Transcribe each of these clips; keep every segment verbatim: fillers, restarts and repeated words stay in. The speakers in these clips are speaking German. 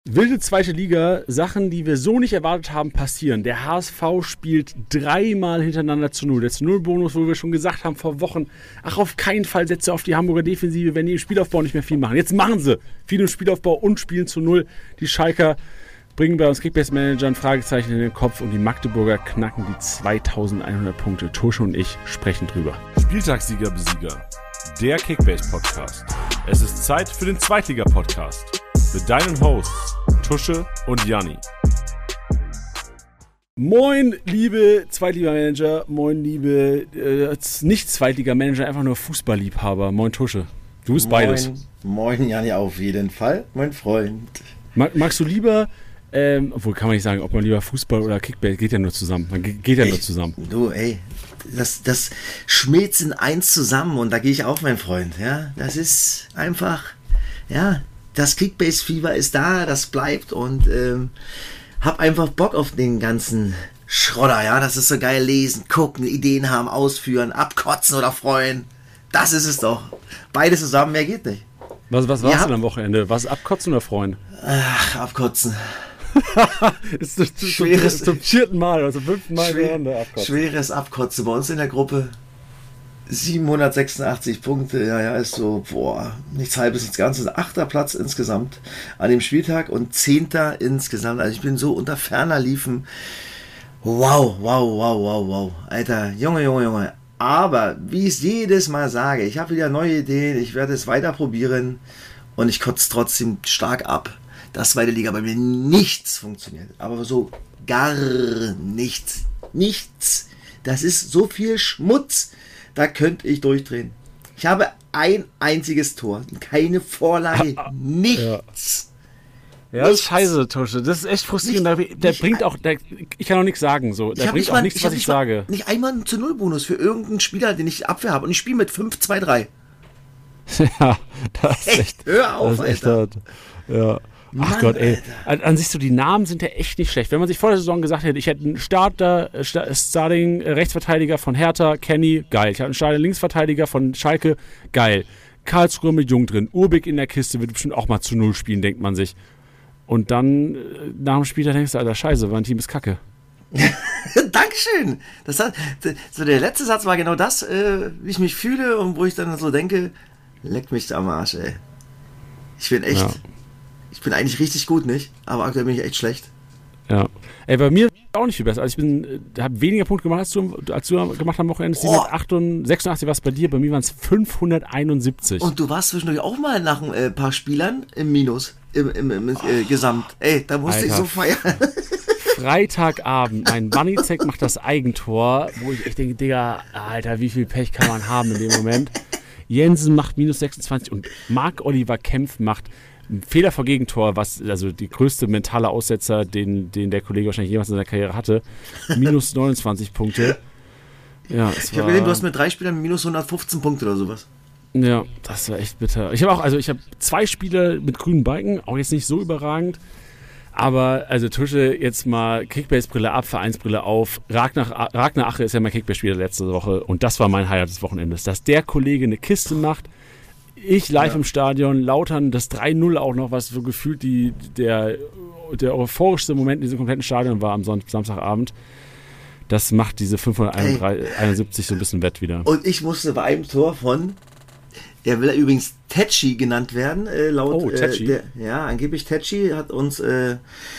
Wilde zweite Liga, Sachen, die wir so nicht erwartet haben, passieren. Der H S V spielt dreimal hintereinander zu null. Der zu null Bonus, wo wir schon gesagt haben vor Wochen, ach, auf keinen Fall setze auf die Hamburger Defensive, wenn die im Spielaufbau nicht mehr viel machen. Jetzt machen sie viel im Spielaufbau und spielen zu null. Die Schalker bringen bei uns Kickbase-Manager ein Fragezeichen in den Kopf und die Magdeburger knacken die zweitausendeinhundert Punkte. Tusche und ich sprechen drüber. Spieltagssieger Besieger, der Kickbase-Podcast. Es ist Zeit für den Zweitliga-Podcast mit deinen Hosts Tusche und Janni. Moin, liebe Zweitliga-Manager, moin, liebe äh, Nicht-Zweitliga-Manager, einfach nur Fußballliebhaber. Moin, Tusche. Du bist moin, beides. Moin, Janni, auf jeden Fall, mein Freund. Mag, magst du lieber, ähm, obwohl kann man nicht sagen, ob man lieber Fußball oder Kickbase, geht ja nur zusammen. Man geht, geht ja ey, nur zusammen. Du, ey, das, das schmilzt in eins zusammen und da gehe ich auch, mein Freund. Ja, das ist einfach, ja, das Kickbase-Fieber ist da, das bleibt und ähm, hab einfach Bock auf den ganzen Schrodder, ja, das ist so geil, lesen, gucken, Ideen haben, ausführen, abkotzen oder freuen. Das ist es doch. Beides zusammen, mehr geht nicht. Was, was warst ja. du denn am Wochenende? Was abkotzen oder freuen? Ach, abkotzen. ist das schweres, zum, zum vierten Mal oder zum fünften Mal schwer, abkotzen. Schweres Abkotzen. Bei uns in der Gruppe siebenhundertsechsundachtzig Punkte, ja, ja, ist so, boah, nichts halbes, nichts Ganzes. Achter Platz insgesamt an dem Spieltag und zehnter insgesamt. Also ich bin so unter ferner Liefen. Wow, wow, wow, wow, wow. Alter, Junge, Junge, Junge. Aber, wie ich es jedes Mal sage, ich habe wieder neue Ideen, ich werde es weiter probieren und ich kotze trotzdem stark ab, dass zweite Liga bei mir nichts funktioniert. Aber so gar nichts. Nichts. Das ist so viel Schmutz. Da könnte ich durchdrehen. Ich habe ein einziges Tor, keine Vorlage, nichts. Ja, das ist scheiße, Tusche. Das ist echt frustrierend. Nicht, der nicht bringt auch, der, ich kann auch nichts sagen. So. Der bringt auch mal, nichts, ich was ich sage. Nicht einmal einen zu null Bonus für irgendeinen Spieler, den ich Abwehr habe. Und ich spiele mit fünf zwei drei. Ja, das ist echt. echt hör auf, das ist Alter. Echt, ja. Ach Mann, Gott, ey. Alter. An sich so, die Namen sind ja echt nicht schlecht. Wenn man sich vor der Saison gesagt hätte, ich hätte einen Starter, Starting Rechtsverteidiger von Hertha, Kenny, geil. Ich habe einen Starting Linksverteidiger von Schalke, geil. Karlsruhe mit Jung drin. Urbik in der Kiste wird bestimmt auch mal zu null spielen, denkt man sich. Und dann nach dem Spiel, da denkst du, Alter, scheiße, mein Team ist kacke. Dankeschön. Das hat, so der letzte Satz war genau das, äh, wie ich mich fühle und wo ich dann so denke, leck mich am Arsch, ey. Ich bin echt, ja. ich bin eigentlich richtig gut, nicht? Aber aktuell bin ich echt schlecht. Ja. Ey, bei mir auch nicht viel besser. Also ich bin, habe weniger Punkte gemacht, als du, als du gemacht am Wochenende. Oh. sechsundachtzig war es bei dir, bei mir waren es fünfhunderteinundsiebzig. Und du warst zwischendurch auch mal nach ein äh, paar Spielern im Minus, im, im, im äh, Gesamt. Ey, da musste Alter. ich so feiern. Freitagabend, mein Bunnyzek macht das Eigentor, wo ich echt denke, Digga, Alter, wie viel Pech kann man haben in dem Moment. Jensen macht minus sechsundzwanzig und Marc-Oliver Kempf macht ein Fehler vor Gegentor, was also die größte mentale Aussetzer, den, den der Kollege wahrscheinlich jemals in seiner Karriere hatte. Minus neunundzwanzig Punkte. Ja, es ich habe gesehen, du hast mit drei Spielern minus hundertfünfzehn Punkte oder sowas. Ja, das war echt bitter. Ich habe auch, also ich habe zwei Spiele mit grünen Balken, auch jetzt nicht so überragend. Aber, also Tusche, jetzt mal Kickbase-Brille ab, Vereinsbrille auf. Ragnar, Ragnar Ache ist ja mein Kickbase-Spieler letzte Woche und das war mein Highlight des Wochenendes. Dass der Kollege eine Kiste macht, ich live ja. im Stadion, Lautern das drei null auch noch, was so gefühlt die, der, der euphorischste Moment in diesem kompletten Stadion war am Son- Samstagabend. Das macht diese fünfhunderteinundsiebzig so ein bisschen wett wieder. Und ich musste bei einem Tor von, der will übrigens Tetschi genannt werden, äh, laut, oh, Tetschi. Äh, der, ja, angeblich Tetschi hat uns äh, äh,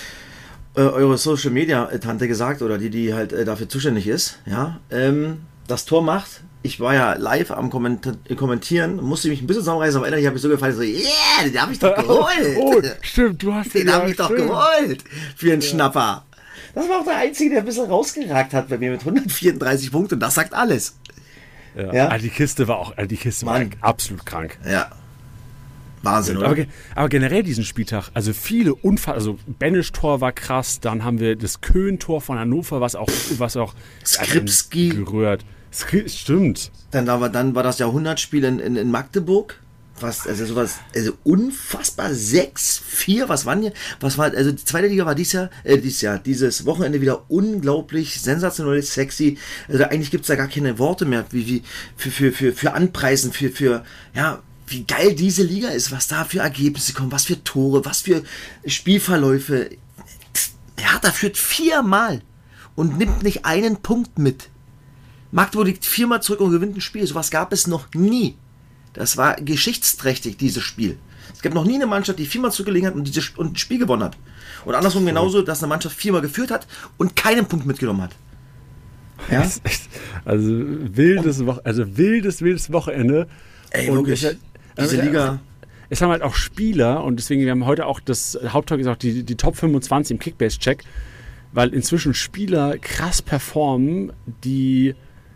eure Social Media Tante gesagt, oder die, die halt äh, dafür zuständig ist, ja, ähm, das Tor macht. Ich war ja live am Komment- Kommentieren, musste mich ein bisschen zusammenreißen, aber innerlich habe ich so gefallen, so, yeah, den habe ich doch geholt. Oh, stimmt, du hast den den habe ich doch geholt für einen ja. Schnapper. Das war auch der Einzige, der ein bisschen rausgeragt hat bei mir mit hundertvierunddreißig Punkten und das sagt alles. Ja. Ja? Also die Kiste war auch, also die Kiste Mann. war absolut krank. Ja. Wahnsinn, oder? Aber, aber generell diesen Spieltag, also viele Unfall, also Benisch-Tor war krass, dann haben wir das Köhn-Tor von Hannover, was auch, was auch Skripski gerührt. Stimmt. Dann war, dann war das Jahrhundertspiel in, in, in Magdeburg. Was, also sowas, also unfassbar, sechs vier, was waren hier, was war, also die zweite Liga war dieses Jahr, äh, dieses Jahr, dieses Wochenende wieder unglaublich sensationell, sexy, also eigentlich gibt es da gar keine Worte mehr, wie, wie, für, für, für, für Anpreisen, für, für, ja, wie geil diese Liga ist, was da für Ergebnisse kommen, was für Tore, was für Spielverläufe. Hertha führt viermal und nimmt nicht einen Punkt mit. Magdeburg liegt viermal zurück und gewinnt ein Spiel. Sowas gab es noch nie. Das war geschichtsträchtig, dieses Spiel. Es gab noch nie eine Mannschaft, die viermal zurückgelegen hat und, diese, und ein Spiel gewonnen hat. Und andersrum genauso, dass eine Mannschaft viermal geführt hat und keinen Punkt mitgenommen hat. Ja? Also wildes, Wo- also wildes, wildes Wochenende. Ey, und wirklich. Es, Diese es, Liga. Es haben halt auch Spieler und deswegen, wir haben heute auch das Haupttalk ist auch die, die Top fünfundzwanzig im Kickbase-Check, weil inzwischen Spieler krass performen, die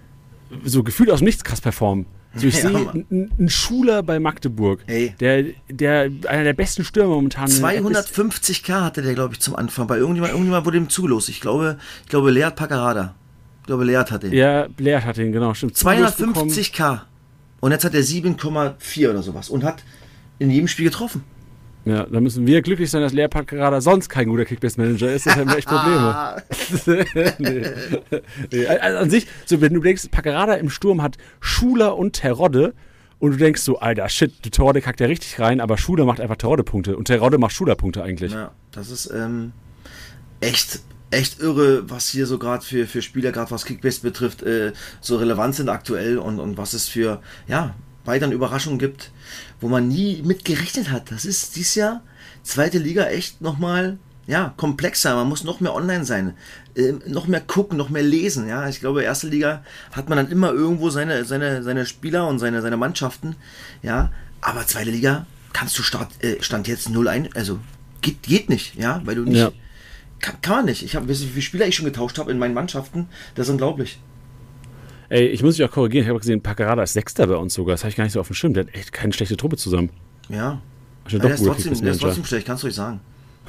so gefühlt aus dem Nichts krass performen. So, ich Ja, sehe einen Schuler bei Magdeburg, Ey. der, der einer der besten Stürmer momentan. zweihundertfünfzig K hatte der, glaube ich, zum Anfang. Bei irgendjemand, irgendjemand wurde ihm zugelost. Ich glaube, ich glaube Leat Paccarada. Ich glaube, Leat hat den. Ja, Leat hat den, genau, stimmt. zweihundertfünfzig K. Und jetzt hat er sieben Komma vier oder sowas. Und hat in jedem Spiel getroffen. Ja, da müssen wir glücklich sein, dass Leat Paccarada sonst kein guter Kickbase-Manager ist. Das haben wir echt Probleme. nee. nee. Also an sich, so, wenn du denkst, Paccarada im Sturm hat Schuler und Terodde und du denkst so, Alter, shit, die Terodde kackt ja richtig rein, aber Schuler macht einfach Terodde-Punkte und Terodde macht Schuler-Punkte eigentlich. Ja, das ist ähm, echt, echt irre, was hier so gerade für, für Spieler, gerade was Kickbase betrifft, äh, so relevant sind aktuell und, und was es für, ja, weiteren Überraschungen gibt, wo man nie mit gerechnet hat. Das ist dieses Jahr zweite Liga echt nochmal, ja, komplexer. Man muss noch mehr online sein, äh, noch mehr gucken, noch mehr lesen. Ja, ich glaube, erste Liga hat man dann immer irgendwo seine, seine, seine Spieler und seine, seine Mannschaften. Ja, aber zweite Liga kannst du Start, äh, Stand jetzt null ein, also geht, geht nicht, ja, weil du nicht, Ja. kann, kann man nicht. Ich habe, wie viele Spieler ich schon getauscht habe in meinen Mannschaften, das ist unglaublich. Ey, ich muss dich auch korrigieren, ich habe gesehen, Paccarada ist Sechster bei uns sogar, das habe ich gar nicht so auf dem Schirm, der hat echt keine schlechte Truppe zusammen. Ja, Schon ja doch der, ist guter trotzdem, der ist Kickbase-Manager. trotzdem schlecht, kannst du ruhig sagen.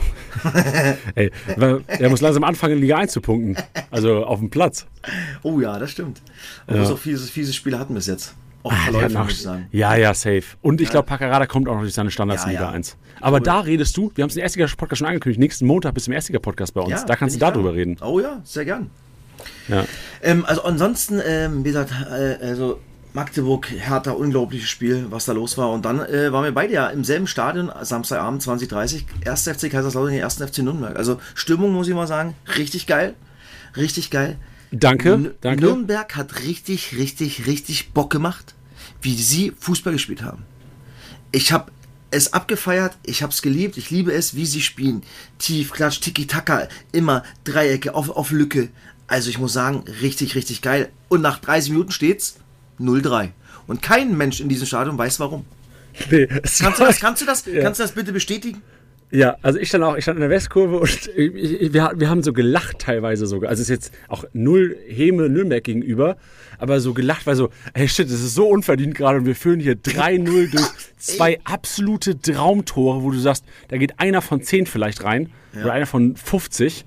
Ey, weil er muss langsam anfangen, in Liga eins zu punkten. Also auf dem Platz. Oh ja, das stimmt. Obwohl Ja. es auch viele, viele Spiele hatten bis jetzt. Auch Ah, der Verläufe, hat noch- muss ich sagen. Ja, ja, safe. Und ich Ja. glaube, Paccarada kommt auch noch durch seine Standards Ja, in Liga ja. eins. Aber Cool. da redest du, wir haben es im Erstliga-Podcast schon angekündigt, nächsten Montag bist du im Erstliga-Podcast bei uns. Ja, da kannst bin du ich darüber da. reden. Oh ja, sehr gern. Ja. Ähm, also ansonsten, ähm, wie gesagt, äh, also Magdeburg, Hertha, unglaubliches Spiel, was da los war. Und dann äh, waren wir beide ja im selben Stadion, Samstagabend zwanzig Uhr dreißig, erster F C Kaiserslautern gegen ersten F C Nürnberg. Also Stimmung, muss ich mal sagen, richtig geil. Richtig geil. Danke, N- danke. Nürnberg hat richtig, richtig, richtig Bock gemacht, wie sie Fußball gespielt haben. Ich habe es abgefeiert, ich habe es geliebt, ich liebe es, wie sie spielen. Tief, Klatsch, Tiki-Taka, immer Dreiecke, auf, auf Lücke. Also ich muss sagen, richtig, richtig geil. Und nach dreißig Minuten steht's null drei. Und kein Mensch in diesem Stadion weiß warum. Nee, es Kannst du war- das, kannst du das, Ja. kannst du das bitte bestätigen? Ja, also ich stand auch, ich stand in der Westkurve und ich, ich, wir, wir haben so gelacht teilweise sogar. Also es ist jetzt auch null Häme Nürnberg gegenüber, aber so gelacht, weil so, hey shit, das ist so unverdient gerade und wir führen hier drei null durch zwei absolute Traumtore, wo du sagst, da geht einer von zehn vielleicht rein oder einer von fünfzig.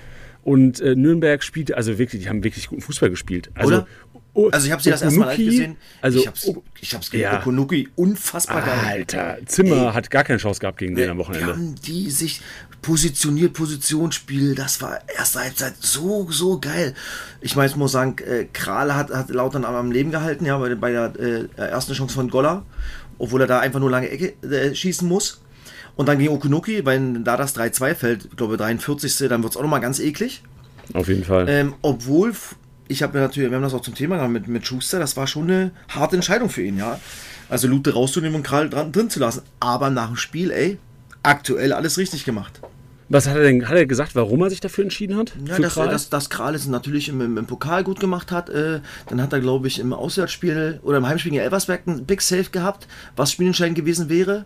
Und äh, Nürnberg spielte, also wirklich, die haben wirklich guten Fußball gespielt. Also, Oder? O- Also ich habe sie das erste Mal live Okunuki, gesehen. Also, ich hab's, ich hab's gesehen. ja. Okunuki, unfassbar geil. Alter, Zimmer Ey. hat gar keine Chance gehabt gegen den am Wie Wochenende. haben die sich positioniert, Positionsspiel, das war erste Halbzeit so, so geil. Ich meine, ich muss sagen, äh, Kral hat, hat Lautern am, am Leben gehalten, ja, bei, bei der äh, ersten Chance von Goller, obwohl er da einfach nur lange Ecke äh, schießen muss. Und dann gegen Okunuki, wenn da das drei zwei fällt, ich glaube dreiundvierzigste dann wird es auch nochmal ganz eklig. Auf jeden Fall. Ähm, obwohl, ich habe natürlich, wir haben das auch zum Thema gehabt mit, mit Schuster, das war schon eine harte Entscheidung für ihn, ja. Also Lute rauszunehmen und Kral dran, drin zu lassen. Aber nach dem Spiel, ey, aktuell alles richtig gemacht. Was hat er denn, hat er gesagt, warum er sich dafür entschieden hat? Ja, Für dass, Kral? dass, dass Kral es natürlich im, im, im Pokal gut gemacht hat. Äh, dann hat er, glaube ich, im Auswärtsspiel oder im Heimspiel gegen Elversberg ein Big Save gehabt, was spielentscheidend gewesen wäre.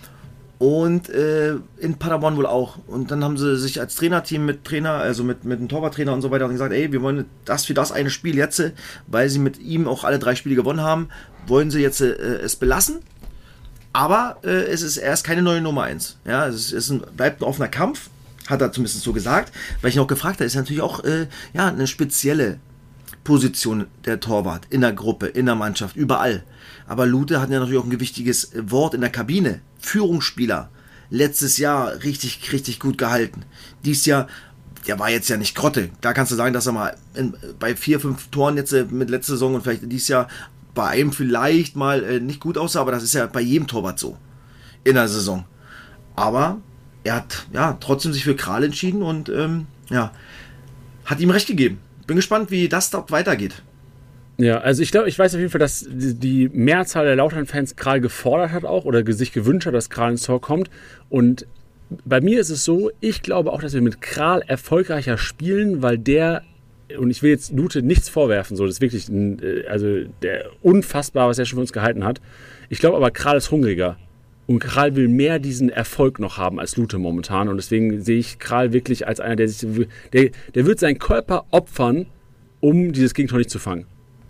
Und äh, in Paderborn wohl auch. Und dann haben sie sich als Trainerteam mit Trainer, also mit, mit dem Torwarttrainer und so weiter gesagt, ey, wir wollen das für das eine Spiel jetzt, weil sie mit ihm auch alle drei Spiele gewonnen haben, wollen sie jetzt äh, es belassen. Aber äh, es ist erst keine neue Nummer eins. Ja, es, ist, es ist ein, bleibt ein offener Kampf, hat er zumindest so gesagt. Weil ich noch gefragt habe, ist natürlich auch äh, ja, eine spezielle Position der Torwart in der Gruppe, in der Mannschaft, überall. Aber Lute hat ja natürlich auch ein gewichtiges Wort in der Kabine. Führungsspieler. Letztes Jahr richtig, richtig gut gehalten. Dies Jahr, der war jetzt ja nicht Grotte. Da kannst du sagen, dass er mal in, bei vier, fünf Toren jetzt mit letzter Saison und vielleicht dieses Jahr bei einem vielleicht mal äh, nicht gut aussah, aber das ist ja bei jedem Torwart so in der Saison. Aber er hat ja trotzdem sich für Kral entschieden und ähm, ja, hat ihm recht gegeben. Bin gespannt, wie das dort weitergeht. Ja, also ich glaube, ich weiß auf jeden Fall, dass die Mehrzahl der Lautern-Fans Kral gefordert hat auch oder sich gewünscht hat, dass Kral ins Tor kommt. Und bei mir ist es so, ich glaube auch, dass wir mit Kral erfolgreicher spielen, weil der, und ich will jetzt Lute nichts vorwerfen, so, das ist wirklich ein, also der unfassbar, was er schon für uns gehalten hat. Ich glaube aber, Kral ist hungriger. Und Kral will mehr diesen Erfolg noch haben als Lute momentan. Und deswegen sehe ich Kral wirklich als einer, der sich, der, der wird seinen Körper opfern, um dieses Gegentor nicht zu fangen.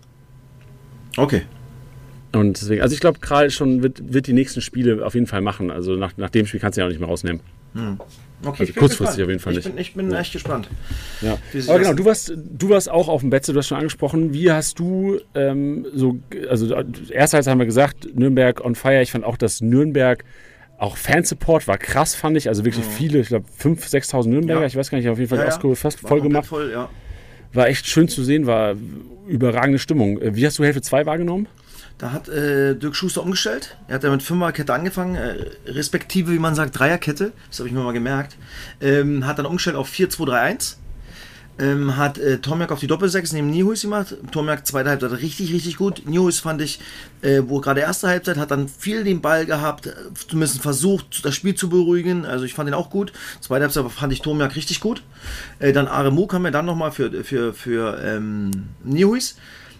Okay. Und deswegen, also ich glaube, Kral schon wird, wird die nächsten Spiele auf jeden Fall machen. Also nach, nach dem Spiel kannst du ja auch nicht mehr rausnehmen. Hm. Okay, also kurzfristig auf jeden Fall ich nicht. Bin, ich bin ja. echt gespannt. Ja. Aber genau, du warst, du warst auch auf dem Betze, du hast schon angesprochen. Wie hast du ähm, so, also erstens haben wir gesagt, Nürnberg on fire. Ich fand auch, dass Nürnberg auch Fansupport war krass, fand ich. Also wirklich mhm. viele, ich glaube fünftausend, sechstausend Nürnberger, ja. ich weiß gar nicht, auf jeden Fall ja, die Ostkurve fast voll gemacht. Voll, ja. War echt schön zu sehen, war überragende Stimmung. Wie hast du Hälfte zwei wahrgenommen? Da hat äh, Dirk Schuster umgestellt. Er hat ja mit Fünferkette angefangen, äh, respektive, wie man sagt, Dreierkette. Das habe ich mir mal gemerkt. Ähm, hat dann umgestellt auf vier zwei drei eins. Ähm, hat äh, Tomiak auf die Doppelsechs neben Niehuis gemacht. Tomiak zweite Halbzeit richtig, richtig gut. Niehuis fand ich, äh, wo gerade erste Halbzeit, hat dann viel den Ball gehabt, zumindest versucht, das Spiel zu beruhigen. Also ich fand ihn auch gut. Zweite Halbzeit fand ich Tomiak richtig gut. Äh, dann Aremu kam ja dann nochmal für, für, für ähm, Niehuis.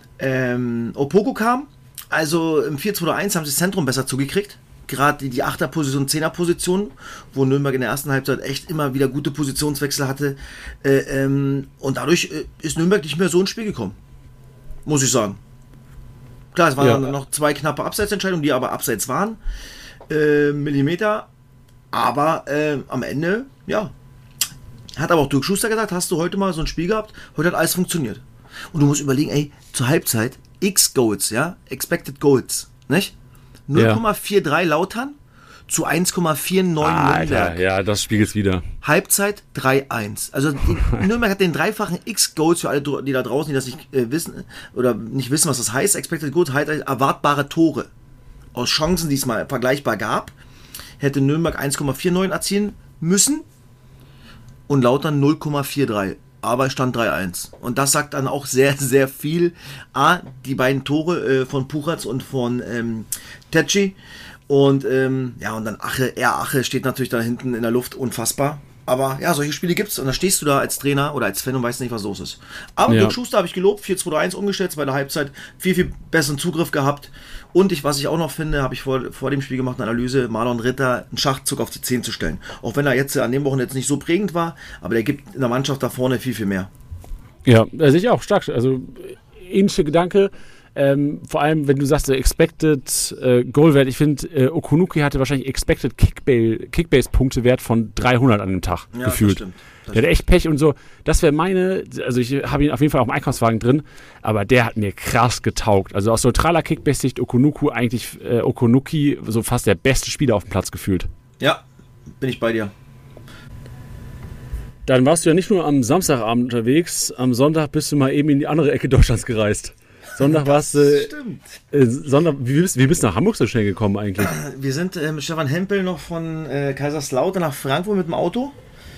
Ähm, Opoku kam. Also im vier zwei drei eins haben sie das Zentrum besser zugekriegt. Gerade die, die Achterposition, Zehnerposition, wo Nürnberg in der ersten Halbzeit echt immer wieder gute Positionswechsel hatte. Äh, ähm, und dadurch äh, ist Nürnberg nicht mehr so ins Spiel gekommen. Muss ich sagen. Klar, es waren ja. dann noch zwei knappe Abseitsentscheidungen, die aber abseits waren. Äh, Millimeter. Aber äh, am Ende, ja. Hat aber auch Dirk Schuster gesagt, hast du heute mal so ein Spiel gehabt? Heute hat alles funktioniert. Und du musst überlegen, ey, zur Halbzeit X Goals, ja, Expected Goals, nicht? null Komma dreiundvierzig Lautern zu eins Komma neunundvierzig Nürnberg. Ja, das spiegelt's wieder. Halbzeit drei eins. Also die, Nürnberg hat den dreifachen X Goals für alle, die da draußen, die das nicht äh, wissen oder nicht wissen, was das heißt. Expected Goals heißt erwartbare Tore. Aus Chancen, die es mal vergleichbar gab, hätte Nürnberg eins Komma neunundvierzig erzielen müssen und Lautern null Komma dreiundvierzig. Aber es stand drei eins. Und das sagt dann auch sehr, sehr viel. A, die beiden Tore äh, von Puchatz und von ähm, Tetschi. Und ähm, ja, und dann Ache, er Ache steht natürlich da hinten in der Luft, unfassbar. Aber ja, solche Spiele gibt's und da stehst du da als Trainer oder als Fan und weißt nicht, was los ist. Aber ja. Dirk Schuster habe ich gelobt, vier zwei drei eins umgestellt, zweite Halbzeit, viel, viel besseren Zugriff gehabt. Und ich, was ich auch noch finde, habe ich vor, vor dem Spiel gemacht, eine Analyse, Marlon Ritter einen Schachzug auf die zehn zu stellen. Auch wenn er jetzt an dem Wochenende jetzt nicht so prägend war, aber der gibt in der Mannschaft da vorne viel, viel mehr. Ja, sehe ich auch stark. Also ähnlicher Gedanke. Ähm, vor allem, wenn du sagst, äh, Expected äh, Goal-Wert, ich finde, äh, Okunuki hatte wahrscheinlich Expected Kickbase-Punktewert von dreihundert an dem Tag ja, gefühlt. Das stimmt. Das der hat echt Pech und so. Das wäre meine, also ich habe ihn auf jeden Fall auch im Einkaufswagen drin, aber der hat mir krass getaugt. Also aus neutraler Kickbase-Sicht Okunuki eigentlich, äh, Okunuki so fast der beste Spieler auf dem Platz gefühlt. Ja, bin ich bei dir. Dann warst du ja nicht nur am Samstagabend unterwegs, am Sonntag bist du mal eben in die andere Ecke Deutschlands gereist. Sonntag warst du. Äh, äh, Sonntag, wie bist, wie bist du nach Hamburg so schnell gekommen eigentlich? Wir sind äh, mit Stefan Hempel noch von äh, Kaiserslautern nach Frankfurt mit dem Auto.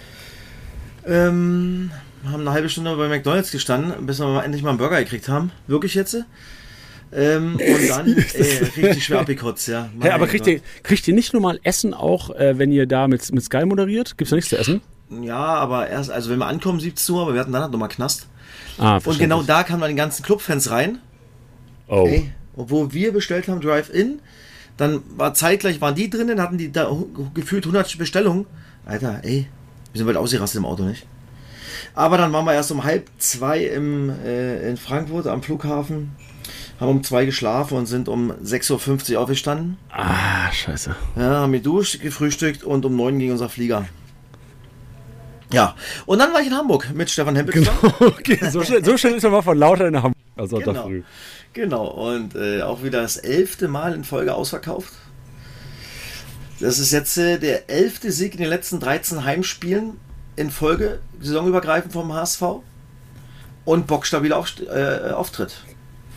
Ähm, haben eine halbe Stunde bei McDonald's gestanden, bis wir mal endlich mal einen Burger gekriegt haben. Wirklich jetzt? Ähm, und dann äh, richtig schwer abgekotzt, ja. Ja, aber kriegt ihr, kriegt ihr nicht nur mal Essen auch, äh, wenn ihr da mit, mit Sky moderiert? Gibt es da nichts zu essen? Ja, aber erst, also wenn wir ankommen, siebzehn Uhr, aber wir hatten dann halt nochmal Knast. Ah, und genau da kamen dann die ganzen Clubfans rein. Oh. Ey, wo wir bestellt haben, Drive-In, dann war zeitgleich, waren die drinnen, hatten die da gefühlt hundert Bestellungen. Alter, ey, wir sind bald ausgerastet im Auto, nicht? Aber dann waren wir erst um halb zwei im, äh, in Frankfurt am Flughafen, haben um zwei geschlafen und sind um sechs Uhr fünfzig aufgestanden. Ah, scheiße. Ja, haben geduscht, gefrühstückt und um neun ging unser Flieger. Ja, und dann war ich in Hamburg mit Stefan Hempel zusammen. Genau, okay. so, schnell, so schnell ist er mal von Lautern nach Hamburg. Also genau, früh. Genau, und äh, auch wieder das elfte Mal in Folge ausverkauft. Das ist jetzt äh, der elfte Sieg in den letzten dreizehn Heimspielen in Folge, saisonübergreifend vom H S V. Und bockstabiler Auf, äh, Auftritt.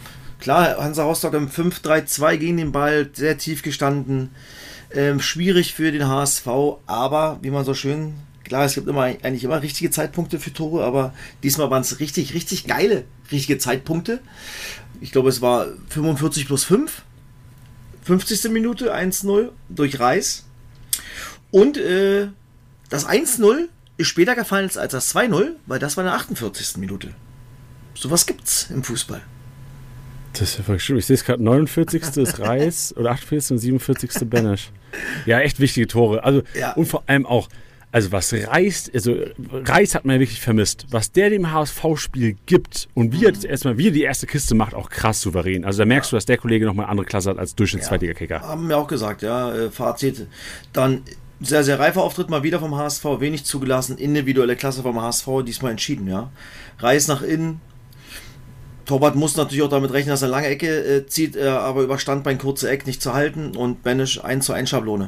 Klar, Hansa Rostock im fünf drei zwei gegen den Ball, sehr tief gestanden. Ähm, schwierig für den H S V, aber wie man so schön, klar, es gibt immer eigentlich immer richtige Zeitpunkte für Tore, aber diesmal waren es richtig, richtig geile, richtige Zeitpunkte. Ich glaube, es war fünfundvierzig plus fünf, fünfzigste Minute, eins null durch Reis. Und äh, das eins null ist später gefallen als das zwei null, weil das war in der achtundvierzigsten Minute. Sowas gibt's im Fußball. Das ist ja voll schön. Ich sehe es gerade, neunundvierzigste ist Reis oder achtundvierzigste und siebenundvierzigste Benesch. Ja, echt wichtige Tore. Also, Ja. und vor allem auch, also was Reis, also Reis hat man ja wirklich vermisst. Was der dem H S V-Spiel gibt und wie er das erstmal, wie er die erste Kiste macht, auch krass souverän. Also da merkst du, dass der Kollege nochmal eine andere Klasse hat als Durchschnitts-Zweitliga-Kicker. Haben wir auch gesagt, ja. Äh, Fazit. Dann sehr, sehr reifer Auftritt mal wieder vom H S V, wenig zugelassen, individuelle Klasse vom H S V, diesmal entschieden, ja. Reis nach innen. Torwart muss natürlich auch damit rechnen, dass er lange Ecke äh, zieht, äh, aber überstand beim kurzen Eck nicht zu halten und Benesch eins zu eins Schablone.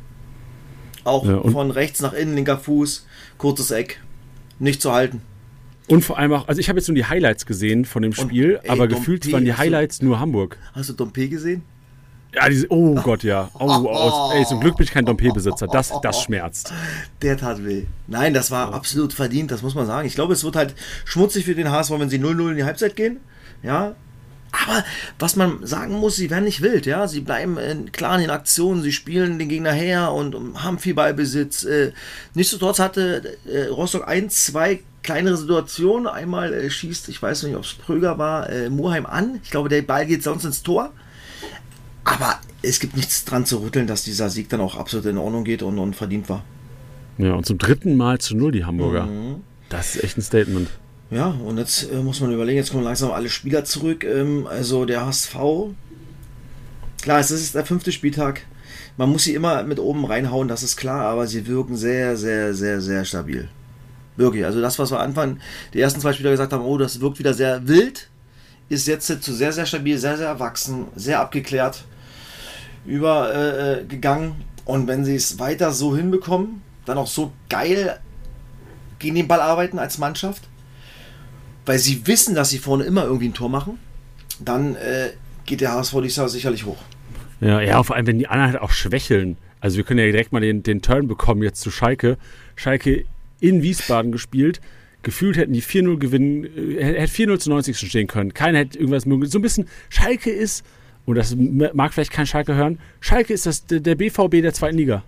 Auch Ja, und- von rechts nach innen, linker Fuß, kurzes Eck, nicht zu halten. Und vor allem auch, also ich habe jetzt nur die Highlights gesehen von dem Spiel, ey, aber Dompe gefühlt waren die ist so- Highlights nur Hamburg. Hast du Dompe gesehen? Ja, diese, oh Gott, ja. Oh, oh, ey, zum Glück bin ich kein Dompe-Besitzer. Das, das schmerzt. Der tat weh. Nein, das war absolut verdient, das muss man sagen. Ich glaube, es wird halt schmutzig für den H S V, wenn sie null null in die Halbzeit gehen. Ja. Aber was man sagen muss, sie werden nicht wild, ja. Sie bleiben in, klar in den Aktionen, sie spielen den Gegner her und um, haben viel Ballbesitz. Äh, nichtsdestotrotz hatte äh, Rostock ein, zwei kleinere Situationen. Einmal äh, schießt, ich weiß nicht, ob es Pröger war, äh, Muheim an. Ich glaube, der Ball geht sonst ins Tor. Aber es gibt nichts dran zu rütteln, dass dieser Sieg dann auch absolut in Ordnung geht und, und verdient war. Ja, und zum dritten Mal zu null die Hamburger. Mhm. Das ist echt ein Statement. Ja, und jetzt äh, muss man überlegen, jetzt kommen langsam alle Spieler zurück. Ähm, also der H S V, klar, es ist der fünfte Spieltag. Man muss sie immer mit oben reinhauen, das ist klar, aber sie wirken sehr, sehr, sehr, sehr stabil. Wirklich, also das, was wir Anfang die ersten zwei Spieler gesagt haben, oh, das wirkt wieder sehr wild, ist jetzt zu sehr, sehr stabil, sehr, sehr erwachsen, sehr abgeklärt übergegangen. Äh, gegangen. Und wenn sie es weiter so hinbekommen, dann auch so geil gegen den Ball arbeiten als Mannschaft, weil sie wissen, dass sie vorne immer irgendwie ein Tor machen, dann äh, geht der H S V dieses Jahr sicherlich hoch. Ja, ja, vor allem, wenn die anderen halt auch schwächeln. Also wir können ja direkt mal den, den Turn bekommen jetzt zu Schalke. Schalke in Wiesbaden gespielt. Gefühlt hätten die vier null gewinnen, äh, hätte vier null zu neunzigsten stehen können. Keiner hätte irgendwas mögen. So ein bisschen, Schalke ist, und das mag vielleicht kein Schalke hören, Schalke ist das, der B V B der zweiten Liga.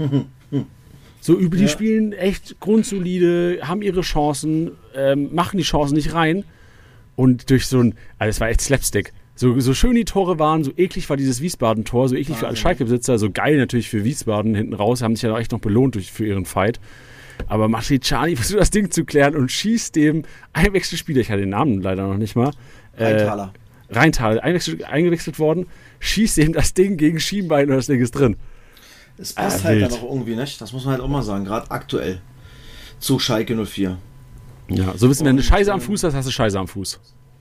So über die Ja. spielen echt grundsolide, haben ihre Chancen, ähm, machen die Chancen nicht rein. Und durch so ein, also es war echt Slapstick. So, so schön die Tore waren, so eklig war dieses Wiesbaden-Tor, so eklig für als Schalke-Besitzer, so geil natürlich für Wiesbaden hinten raus, haben sich ja auch echt noch belohnt durch, für ihren Fight. Aber Maschicani versucht das Ding zu klären und schießt dem Einwechselspieler, ich hatte den Namen leider noch nicht mal, äh, Rheintaler. Rheintal, eingewechselt, eingewechselt worden, schießt ihm das Ding gegen Schienbein und das Ding ist drin. Es passt Ah, halt wild. dann auch irgendwie, nicht? Das muss man halt auch mal sagen, gerade aktuell zu Schalke null vier. Ja, so wissen, wenn du Und, Scheiße am ähm, Fuß hast, hast du Scheiße am Fuß.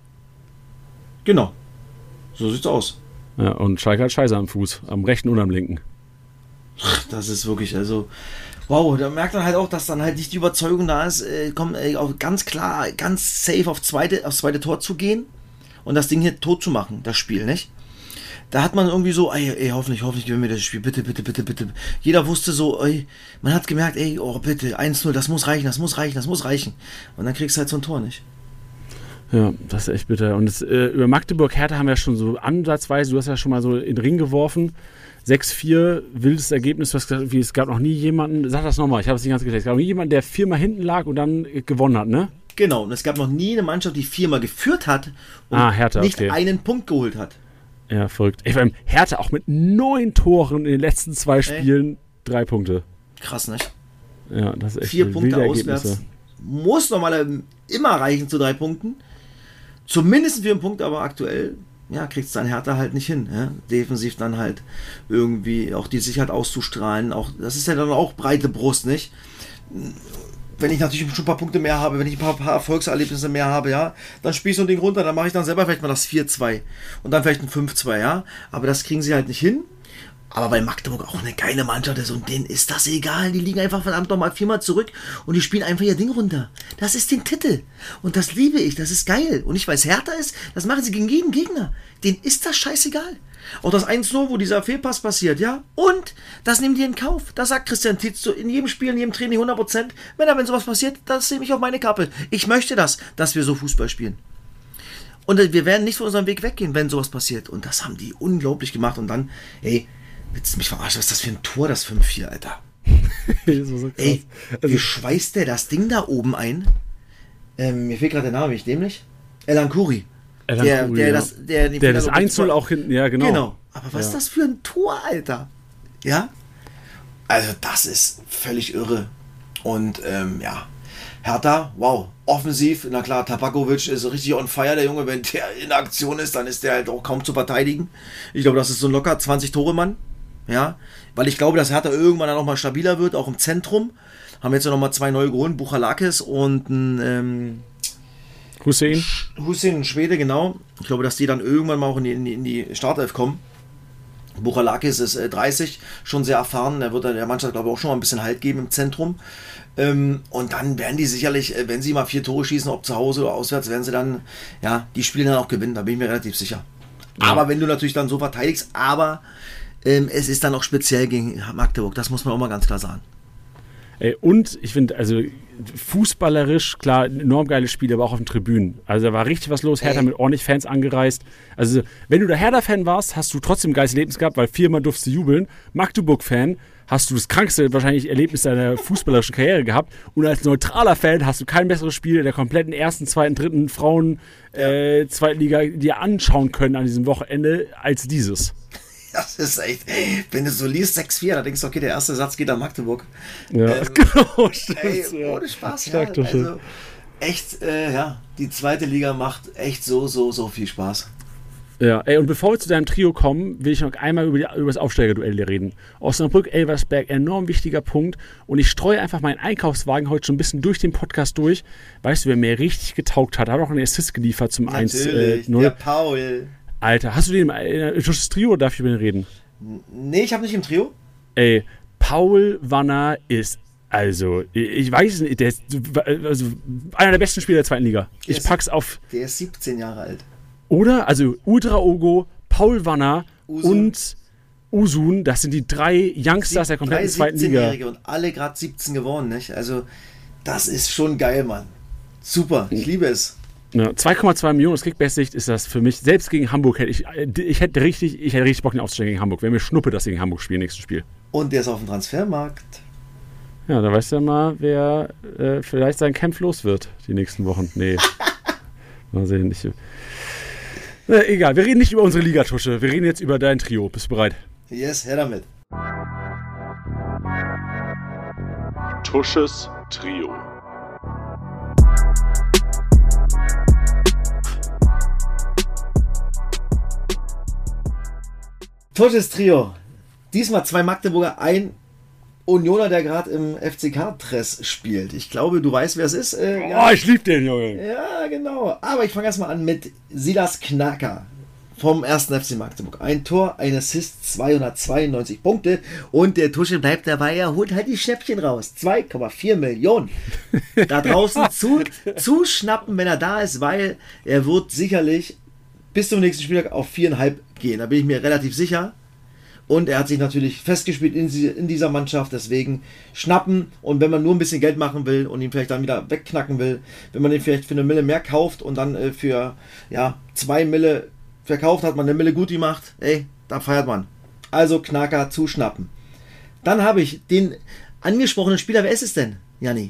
Genau. So sieht's aus. Ja, und Schalke hat Scheiße am Fuß, am rechten und am linken. Das ist wirklich, also, wow, da merkt man halt auch, dass dann halt nicht die Überzeugung da ist, äh, komm, ey, auch ganz klar, ganz safe auf zweite, aufs zweite Tor zu gehen und das Ding hier tot zu machen, das Spiel, nicht? Da hat man irgendwie so, ey, ey hoffentlich, hoffentlich gewinnen wir das Spiel, bitte, bitte, bitte, bitte. Jeder wusste so, ey, man hat gemerkt, ey, oh bitte, eins null, das muss reichen, das muss reichen, das muss reichen. Und dann kriegst du halt so ein Tor nicht. Ja, das ist echt bitter. Und das, äh, über Magdeburg-Hertha haben wir ja schon so ansatzweise, du hast ja schon mal so in den Ring geworfen. sechs vier, wildes Ergebnis, du hast gesagt, wie, es gab noch nie jemanden, sag das nochmal, ich habe es nicht ganz gesagt, es gab noch nie jemanden, der viermal hinten lag und dann äh, gewonnen hat, ne? Genau, und es gab noch nie eine Mannschaft, die viermal geführt hat und Ah, Hertha, nicht okay. einen Punkt geholt hat. Ja, verrückt. Ich meine, Hertha auch mit neun Toren in den letzten zwei Spielen, drei Punkte. Krass, nicht? Ja, das ist echt Vier wilde Punkte Ergebnisse. auswärts. Muss normalerweise immer reichen zu drei Punkten. Zumindest vier Punkte, aber aktuell ja, kriegt es dann Hertha halt nicht hin. Ja? Defensiv dann halt irgendwie auch die Sicherheit auszustrahlen. Auch, das ist ja dann auch breite Brust, nicht? Wenn ich natürlich schon ein paar Punkte mehr habe, wenn ich ein paar, paar Erfolgserlebnisse mehr habe, ja, dann spiele ich so ein Ding runter, dann mache ich dann selber vielleicht mal das vier zwei und dann vielleicht ein fünf zwei, ja. Aber das kriegen sie halt nicht hin. Aber bei Magdeburg auch eine geile Mannschaft ist und denen ist das egal. Die liegen einfach verdammt nochmal viermal zurück und die spielen einfach ihr Ding runter. Das ist den Titel. Und das liebe ich, das ist geil. Und ich weiß, Hertha ist, das machen sie gegen jeden Gegner. Denen ist das scheißegal. Auch das eins null, wo dieser Fehlpass passiert, ja. Und das nehmen die in Kauf. Das sagt Christian Tietz so in jedem Spiel, in jedem Training hundert Prozent. Wenn da, wenn sowas passiert, das nehme ich auf meine Kappe. Ich möchte das, dass wir so Fußball spielen. Und wir werden nicht von unserem Weg weggehen, wenn sowas passiert. Und das haben die unglaublich gemacht. Und dann, ey, willst du mich verarschen? Was ist das für ein Tor, das fünf vier, Alter? Das so ey, wie schweißt der das Ding da oben ein? Ähm, mir fehlt gerade der Name, nicht nämlich? Elan Khoury. Elan der, Khoury, der, ja. das, der, der das eins null auch hinten, ja genau. Genau. Aber was ja. ist das für ein Tor, Alter? Ja? Also das ist völlig irre. Und ähm, ja, Hertha, wow, offensiv, na klar, Tabakovic ist richtig on fire, der Junge, wenn der in Aktion ist, dann ist der halt auch kaum zu verteidigen. Ich glaube, das ist so ein locker zwanzig-Tore-Mann, ja, weil ich glaube, dass Hertha irgendwann dann auch mal stabiler wird, auch im Zentrum. Haben jetzt ja nochmal zwei neue geholt, Buchalakis und ein ähm, Hussein. Hussein, ein Schwede, genau. Ich glaube, dass die dann irgendwann mal auch in die, in die, in die Startelf kommen. Buchalakis ist äh, dreißig, schon sehr erfahren, der wird der Mannschaft, glaube ich, auch schon mal ein bisschen Halt geben im Zentrum. Ähm, und dann werden die sicherlich, äh, wenn sie mal vier Tore schießen, ob zu Hause oder auswärts, werden sie dann, ja, die Spiele dann auch gewinnen, da bin ich mir relativ sicher. Ja. Aber wenn du natürlich dann so verteidigst, aber ähm, es ist dann auch speziell gegen Magdeburg, das muss man auch mal ganz klar sagen. Ey, und ich finde, also fußballerisch, klar, enorm geiles Spiel, aber auch auf den Tribünen. Also da war richtig was los, Hertha Ey. mit ordentlich Fans angereist. Also wenn du da Hertha-Fan warst, hast du trotzdem ein geiles Erlebnis gehabt, weil viermal durfst du jubeln. Magdeburg-Fan hast du das krankste wahrscheinlich Erlebnis deiner fußballerischen Karriere gehabt. Und als neutraler Fan hast du kein besseres Spiel in der kompletten ersten, zweiten, dritten Frauen äh, Zweitliga dir anschauen können an diesem Wochenende als dieses. Das ist echt, wenn du so liest, sechs vier, da denkst du, okay, der erste Satz geht an Magdeburg. Ja, ähm, genau, stimmt. Ey, ja. ohne Spaß, ja. Stark, Also, echt, äh, ja, die zweite Liga macht echt so, so, so viel Spaß. Ja, ey, und bevor wir zu deinem Trio kommen, will ich noch einmal über, die, über das Aufsteigerduell reden. Osnabrück, Elversberg, enorm wichtiger Punkt. Und ich streue einfach meinen Einkaufswagen heute schon ein bisschen durch den Podcast durch. Weißt du, wer mir richtig getaugt hat? Hat auch einen Assist geliefert zum eins null. Der Paul. Alter, hast du den im das Trio oder darf ich über den reden? Nee, ich habe nicht im Trio. Ey, Paul Wanner ist, also, ich weiß nicht, der ist also einer der besten Spieler der zweiten Liga. Ich ist, pack's auf. Der ist siebzehn Jahre alt. Oder? Also, Ultra Ogo, Paul Wanner Usun. und Usun, das sind die drei Youngsters der kompletten zweiten Liga. Und alle gerade siebzehn geworden, nicht? Also, das ist schon geil, Mann. Super, ich liebe es. Ja, zwei Komma zwei Millionen aus Kickbase-Sicht ist das für mich, selbst gegen Hamburg hätte ich, ich hätte richtig, ich hätte richtig Bock, den aufzusteigen gegen Hamburg. Wäre mir Schnuppe, dass sie gegen Hamburg spielen, nächstes Spiel. Und der ist auf dem Transfermarkt. Ja, da weißt du ja mal, wer äh, vielleicht sein Camp los wird, die nächsten Wochen. Nee. Mal sehen. Ich, äh, egal, wir reden nicht über unsere Ligatusche, wir reden jetzt über dein Trio. Bist du bereit? Yes, her damit. Tusches Trio. Tusches Trio. Diesmal zwei Magdeburger, ein Unioner, der gerade im F C K-Dress spielt. Ich glaube, du weißt, wer es ist. Äh, oh, ja. Ich liebe den, Junge. Ja, genau. Aber ich fange erstmal an mit Silas Knacker vom ersten F C Magdeburg. Ein Tor, ein Assist, zweihundertzweiundneunzig Punkte. Und der Tusche bleibt dabei, er holt halt die Schnäppchen raus. zwei Komma vier Millionen. Da draußen zu, zuschnappen, wenn er da ist, weil er wird sicherlich bis zum nächsten Spieltag auf viereinhalb gehen. Da bin ich mir relativ sicher. Und er hat sich natürlich festgespielt in, in dieser Mannschaft. Deswegen schnappen. Und wenn man nur ein bisschen Geld machen will und ihn vielleicht dann wieder wegknacken will, wenn man ihn vielleicht für eine Mille mehr kauft und dann äh, für ja, zwei Mille verkauft, hat man eine Mille gut gemacht. Ey, da feiert man. Also Knacker zuschnappen. Dann habe ich den angesprochenen Spieler. Wer ist es denn, Janni?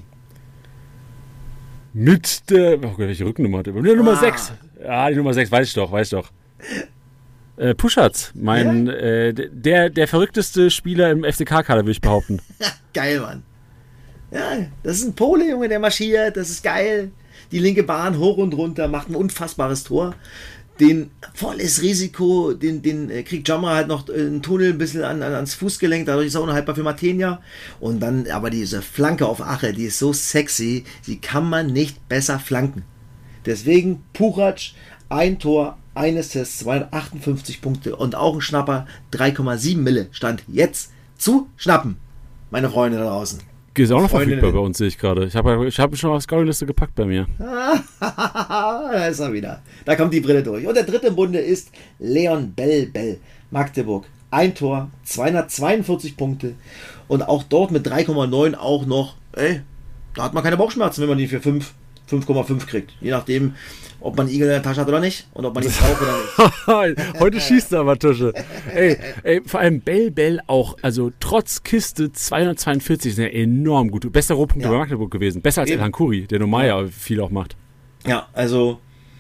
Mit der. Oh Gott, welche Rückennummer hat er? Nummer sechs. Ja, die Nummer sechs, weiß ich doch, weiß ich doch. Äh, Puschatz, mein, ja? äh, der, der verrückteste Spieler im F C K-Kader, würde ich behaupten. Geil, Mann. Ja, das ist ein Pole, Junge, der marschiert, das ist geil. Die linke Bahn hoch und runter, macht ein unfassbares Tor. Den volles Risiko, den, den äh, kriegt Jamra halt noch äh, einen Tunnel ein bisschen an, an, ans Fußgelenk, dadurch ist er unhaltbar für Matenia. Und dann aber diese Flanke auf Ache, die ist so sexy, die kann man nicht besser flanken. Deswegen Puchac ein Tor, ein Assist, zweihundertachtundfünfzig Punkte und auch ein Schnapper, drei Komma sieben Mille stand jetzt zu schnappen, meine Freunde da draußen. Ist auch noch Freundinnen. verfügbar bei uns, sehe ich gerade. Ich habe ich hab schon auf die Scouting-Liste gepackt bei mir. Da ist er wieder. Da kommt die Brille durch. Und der dritte im Bunde ist Leon Bell Bell, Magdeburg. Ein Tor, zweihundertzweiundvierzig Punkte und auch dort mit drei Komma neun auch noch, ey, da hat man keine Bauchschmerzen, wenn man die für fünf, fünf Komma fünf kriegt. Je nachdem, ob man Igel in der Tasche hat oder nicht und ob man die braucht oder nicht. Heute schießt er aber, Tusche. Ey, ey, vor allem Bell Bell auch, also trotz Kiste zweihundertzweiundvierzig ist ja enorm gut. Bester Rohpunkt Ja. bei Magdeburg gewesen. Besser als Eben. Elhan Khoury, der normal ja viel auch macht. Ja, also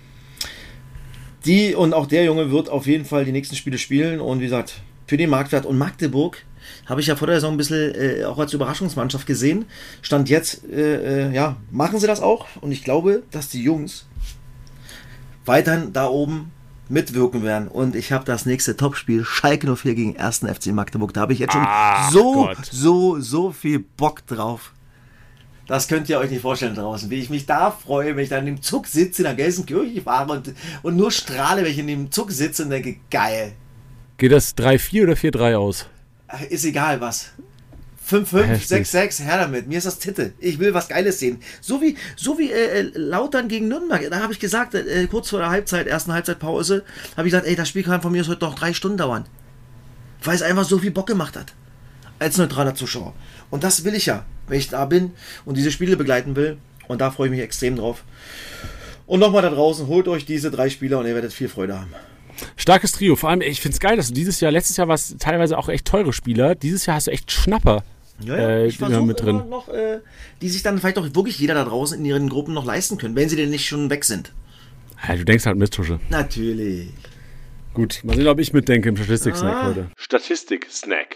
die und auch der Junge wird auf jeden Fall die nächsten Spiele spielen und wie gesagt, für den Marktwert. Und Magdeburg habe ich ja vor der Saison ein bisschen äh, auch als Überraschungsmannschaft gesehen. Stand jetzt, äh, äh, ja, machen sie das auch. Und ich glaube, dass die Jungs weiterhin da oben mitwirken werden. Und ich habe das nächste Topspiel, Schalke null vier gegen ersten F C Magdeburg. Da habe ich jetzt schon Ach so, Gott. so, so viel Bock drauf. Das könnt ihr euch nicht vorstellen draußen, wie ich mich da freue, wenn ich da in dem Zug sitze, nach Gelsenkirchen fahre und, und nur strahle, wenn ich in dem Zug sitze und denke, geil. Geht das drei vier oder vier drei aus? Ist egal was. fünf fünf, Heftig. sechs sechs, her damit. Mir ist das Titte. Ich will was Geiles sehen. So wie, so wie äh, Lautern gegen Nürnberg. Da habe ich gesagt, äh, kurz vor der Halbzeit, ersten Halbzeitpause, habe ich gesagt, ey, das Spiel kann von mir aus heute noch drei Stunden dauern. Weil es einfach so viel Bock gemacht hat. Als neutraler Zuschauer. Und das will ich ja, wenn ich da bin und diese Spiele begleiten will. Und da freue ich mich extrem drauf. Und nochmal da draußen, holt euch diese drei Spieler und ihr werdet viel Freude haben. Starkes Trio. Vor allem, ich finde es geil, dass du dieses Jahr, letztes Jahr war es teilweise auch echt teure Spieler. Dieses Jahr hast du echt Schnapper. Ja, ja. Äh, ich immer versuche mit drin. immer noch, äh, die sich dann vielleicht auch wirklich jeder da draußen in ihren Gruppen noch leisten können, wenn sie denn nicht schon weg sind. Ja, du denkst halt mit, Tusche. Natürlich. Gut, mal sehen, ob ich mitdenke im Statistik-Snack Ah. heute. Statistik-Snack.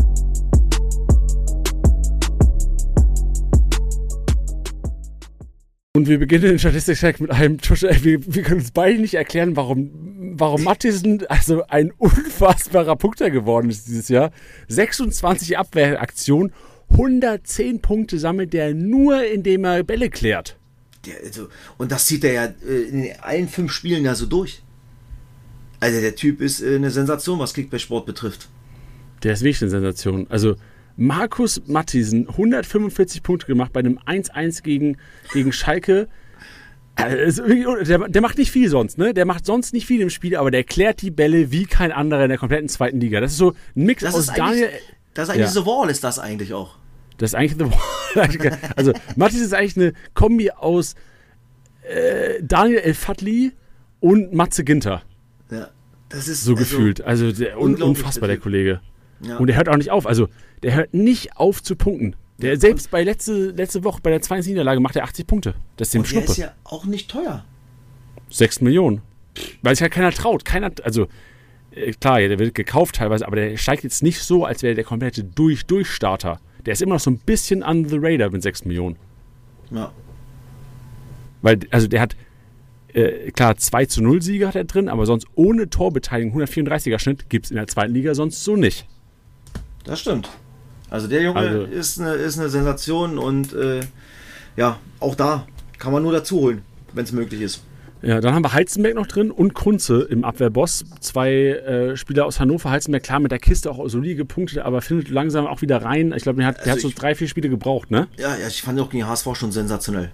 Und wir beginnen den Statistik-Check mit einem Tusche. Wir, wir können uns beide nicht erklären, warum, warum Mattisen also ein unfassbarer Punkter geworden ist dieses Jahr. sechsundzwanzig Abwehraktionen, hundertzehn Punkte sammelt der nur, indem er Bälle klärt. Der, also, und das zieht er ja äh, in allen fünf Spielen ja so durch. Also der Typ ist äh, eine Sensation, was Kickbase-Sport betrifft. Der ist wirklich eine Sensation. Also Markus Mattisen, hundertfünfundvierzig Punkte gemacht bei einem eins eins gegen, gegen Schalke. Also, der, der macht nicht viel sonst, ne? Der macht sonst nicht viel im Spiel, aber der klärt die Bälle wie kein anderer in der kompletten zweiten Liga. Das ist so ein Mix Das aus ist eigentlich, Daniel. das ist eigentlich Ja. The Wall, ist das eigentlich auch. Das ist eigentlich The Wall. Also Mattisen ist eigentlich eine Kombi aus äh, Daniel El-Fadli und Matze Ginter. Ja, das ist So also, gefühlt. Also der, un, unglaublich, unfassbar, der der Kollege. Ja. Und der hört auch nicht auf. Also, der hört nicht auf zu punkten. Der selbst bei letzte, letzte Woche bei der zweiten Niederlage macht er achtzig Punkte. Das ist dem Und der Schnuppe. ist ja auch nicht teuer. sechs Millionen. Weil sich halt keiner traut. Keiner, also, äh, klar, ja, der wird gekauft teilweise, aber der steigt jetzt nicht so, als wäre der komplette Durch Durchstarter. Der ist immer noch so ein bisschen on the radar mit sechs Millionen. Ja. Weil, also, der hat, äh, klar, zwei zu null Sieger hat er drin, aber sonst ohne Torbeteiligung, hundertvierunddreißiger Schnitt, gibt es in der zweiten Liga sonst so nicht. Das stimmt. Also der Junge Also- ist, eine, ist eine Sensation und äh, ja, auch da kann man nur dazu holen, wenn es möglich ist. Ja, dann haben wir Heizenberg noch drin und Kunze im Abwehrboss. Zwei äh, Spieler aus Hannover. Heizenberg, klar, mit der Kiste auch solide gepunktet, aber findet langsam auch wieder rein. Ich glaube, der hat, der Also hat so ich- drei, vier Spiele gebraucht, ne? Ja, ja, ich fand auch gegen H S V schon sensationell.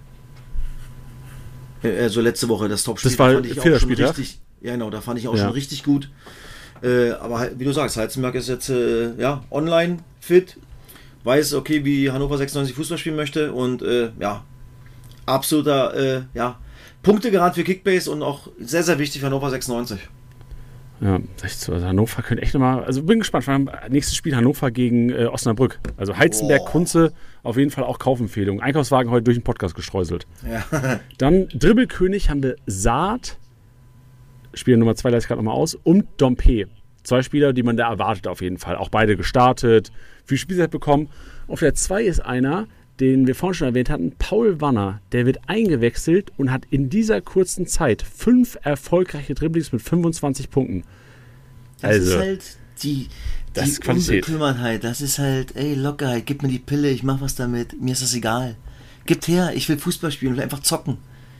Also letzte Woche das Topspiel. Das war fand ich auch vierter schon Spieltag? richtig. Ja, genau, da fand ich auch Ja. schon richtig gut. Äh, aber halt, wie du sagst, Heizenberg ist jetzt äh, ja, online fit, weiß, okay, wie Hannover sechsundneunzig Fußball spielen möchte und äh, ja, absoluter äh, ja, Punktegrad für Kickbase und auch sehr, sehr wichtig für Hannover sechsundneunzig. Ja, echt so. Also Hannover könnte echt nochmal. Also bin gespannt. Wir haben nächstes Spiel Hannover gegen äh, Osnabrück. Also Heizenberg, Boah. Kunze, auf jeden Fall auch Kaufempfehlung. Einkaufswagen heute durch den Podcast gestreuselt. Ja. Dann Dribbelkönig haben wir Saad. Spieler Nummer zwei leite ich gerade nochmal aus. Und Dompe. Zwei Spieler, die man da erwartet auf jeden Fall. Auch beide gestartet, viel Spielzeit bekommen. Auf der zwei ist einer, den wir vorhin schon erwähnt hatten, Paul Wanner. Der wird eingewechselt und hat in dieser kurzen Zeit fünf erfolgreiche Dribblings mit fünfundzwanzig Punkten. Das Also, ist halt die, das die ist Qualität. Unbekümmertheit. Das ist halt, ey, Lockerheit, gib mir die Pille, ich mach was damit, mir ist das egal. Gib her, ich will Fußball spielen und will einfach zocken.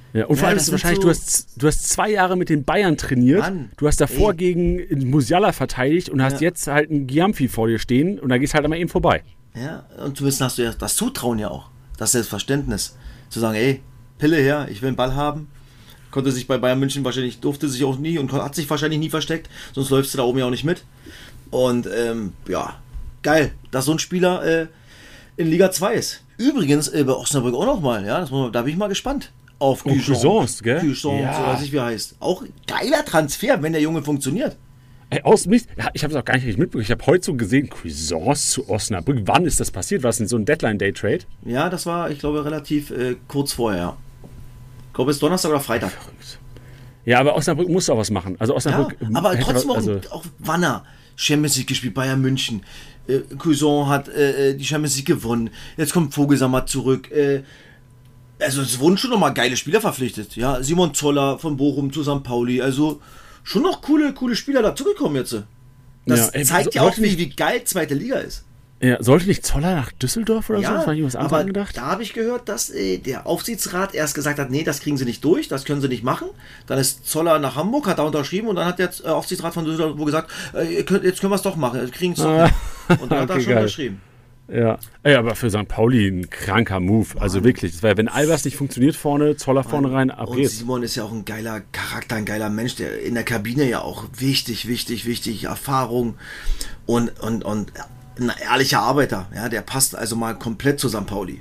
Ja, und Ja, vor allem das ist es sind wahrscheinlich, so- du, hast, du hast zwei Jahre mit den Bayern trainiert, Mann, du hast davor ey. gegen Musiala verteidigt und hast Ja. jetzt halt einen Giamfi vor dir stehen und da gehst halt einmal eben vorbei. Ja, und zumindest hast du ja das Zutrauen ja auch, das Selbstverständnis, zu sagen, ey, Pille her, ich will einen Ball haben. Konnte sich bei Bayern München wahrscheinlich, durfte sich auch nie und hat sich wahrscheinlich nie versteckt, sonst läufst du da oben ja auch nicht mit. Und ähm, ja, geil, dass so ein Spieler äh, in Liga zwei ist. Übrigens äh, bei Osnabrück auch nochmal, ja, das muss man, da bin ich mal gespannt. Auf Oh, Cuisance, gell? Cuisance, Ja. so weiß ich, wie er heißt. Auch geiler Transfer, wenn der Junge funktioniert. Ey, aus Mist, ja, ich habe es auch gar nicht richtig mitbekommen. Ich habe heute so gesehen, Cuisance zu Osnabrück. Wann ist das passiert? War es denn so ein Deadline-Day-Trade? Ja, das war, ich glaube, relativ äh, kurz vorher, ja. Ich glaube, es ist Donnerstag oder Freitag. Ja, aber Osnabrück muss auch was machen. Also Ja, Osnabrück. aber hätte trotzdem auch, was- also, auch Wanner. Champions League gespielt, Bayern München. Äh, Cousin hat äh, die Champions League gewonnen. Jetzt kommt Vogelsammer zurück. Äh, also es wurden schon nochmal geile Spieler verpflichtet. Ja, Simon Zoller von Bochum zu Sankt Pauli. Also schon noch coole, coole Spieler dazugekommen jetzt. Das Ja, ey, zeigt so- ja auch, sollte wie, nicht- wie geil zweite Liga ist. ja, sollte nicht Zoller nach Düsseldorf oder so? Ja, Das war nicht was anderes aber angedacht? da habe ich gehört, dass äh, der Aufsichtsrat erst gesagt hat, nee, das kriegen sie nicht durch, das können sie nicht machen. Dann ist Zoller nach Hamburg, hat da unterschrieben und dann hat der äh, Aufsichtsrat von Düsseldorf gesagt, äh, ihr könnt, jetzt können wir es doch machen, wir kriegen es doch hin. Und dann hat er Okay, schon geil. unterschrieben. Ja. Ey, aber für Sankt Pauli ein kranker Move. Also wirklich. Das wär, wenn Albers nicht funktioniert vorne, Zoller vorne rein, ab Und geht's. Simon ist ja auch ein geiler Charakter, ein geiler Mensch, der in der Kabine ja auch wichtig, wichtig, wichtig, Erfahrung und, und, und ein ehrlicher Arbeiter. Ja, der passt also mal komplett zu Sankt Pauli.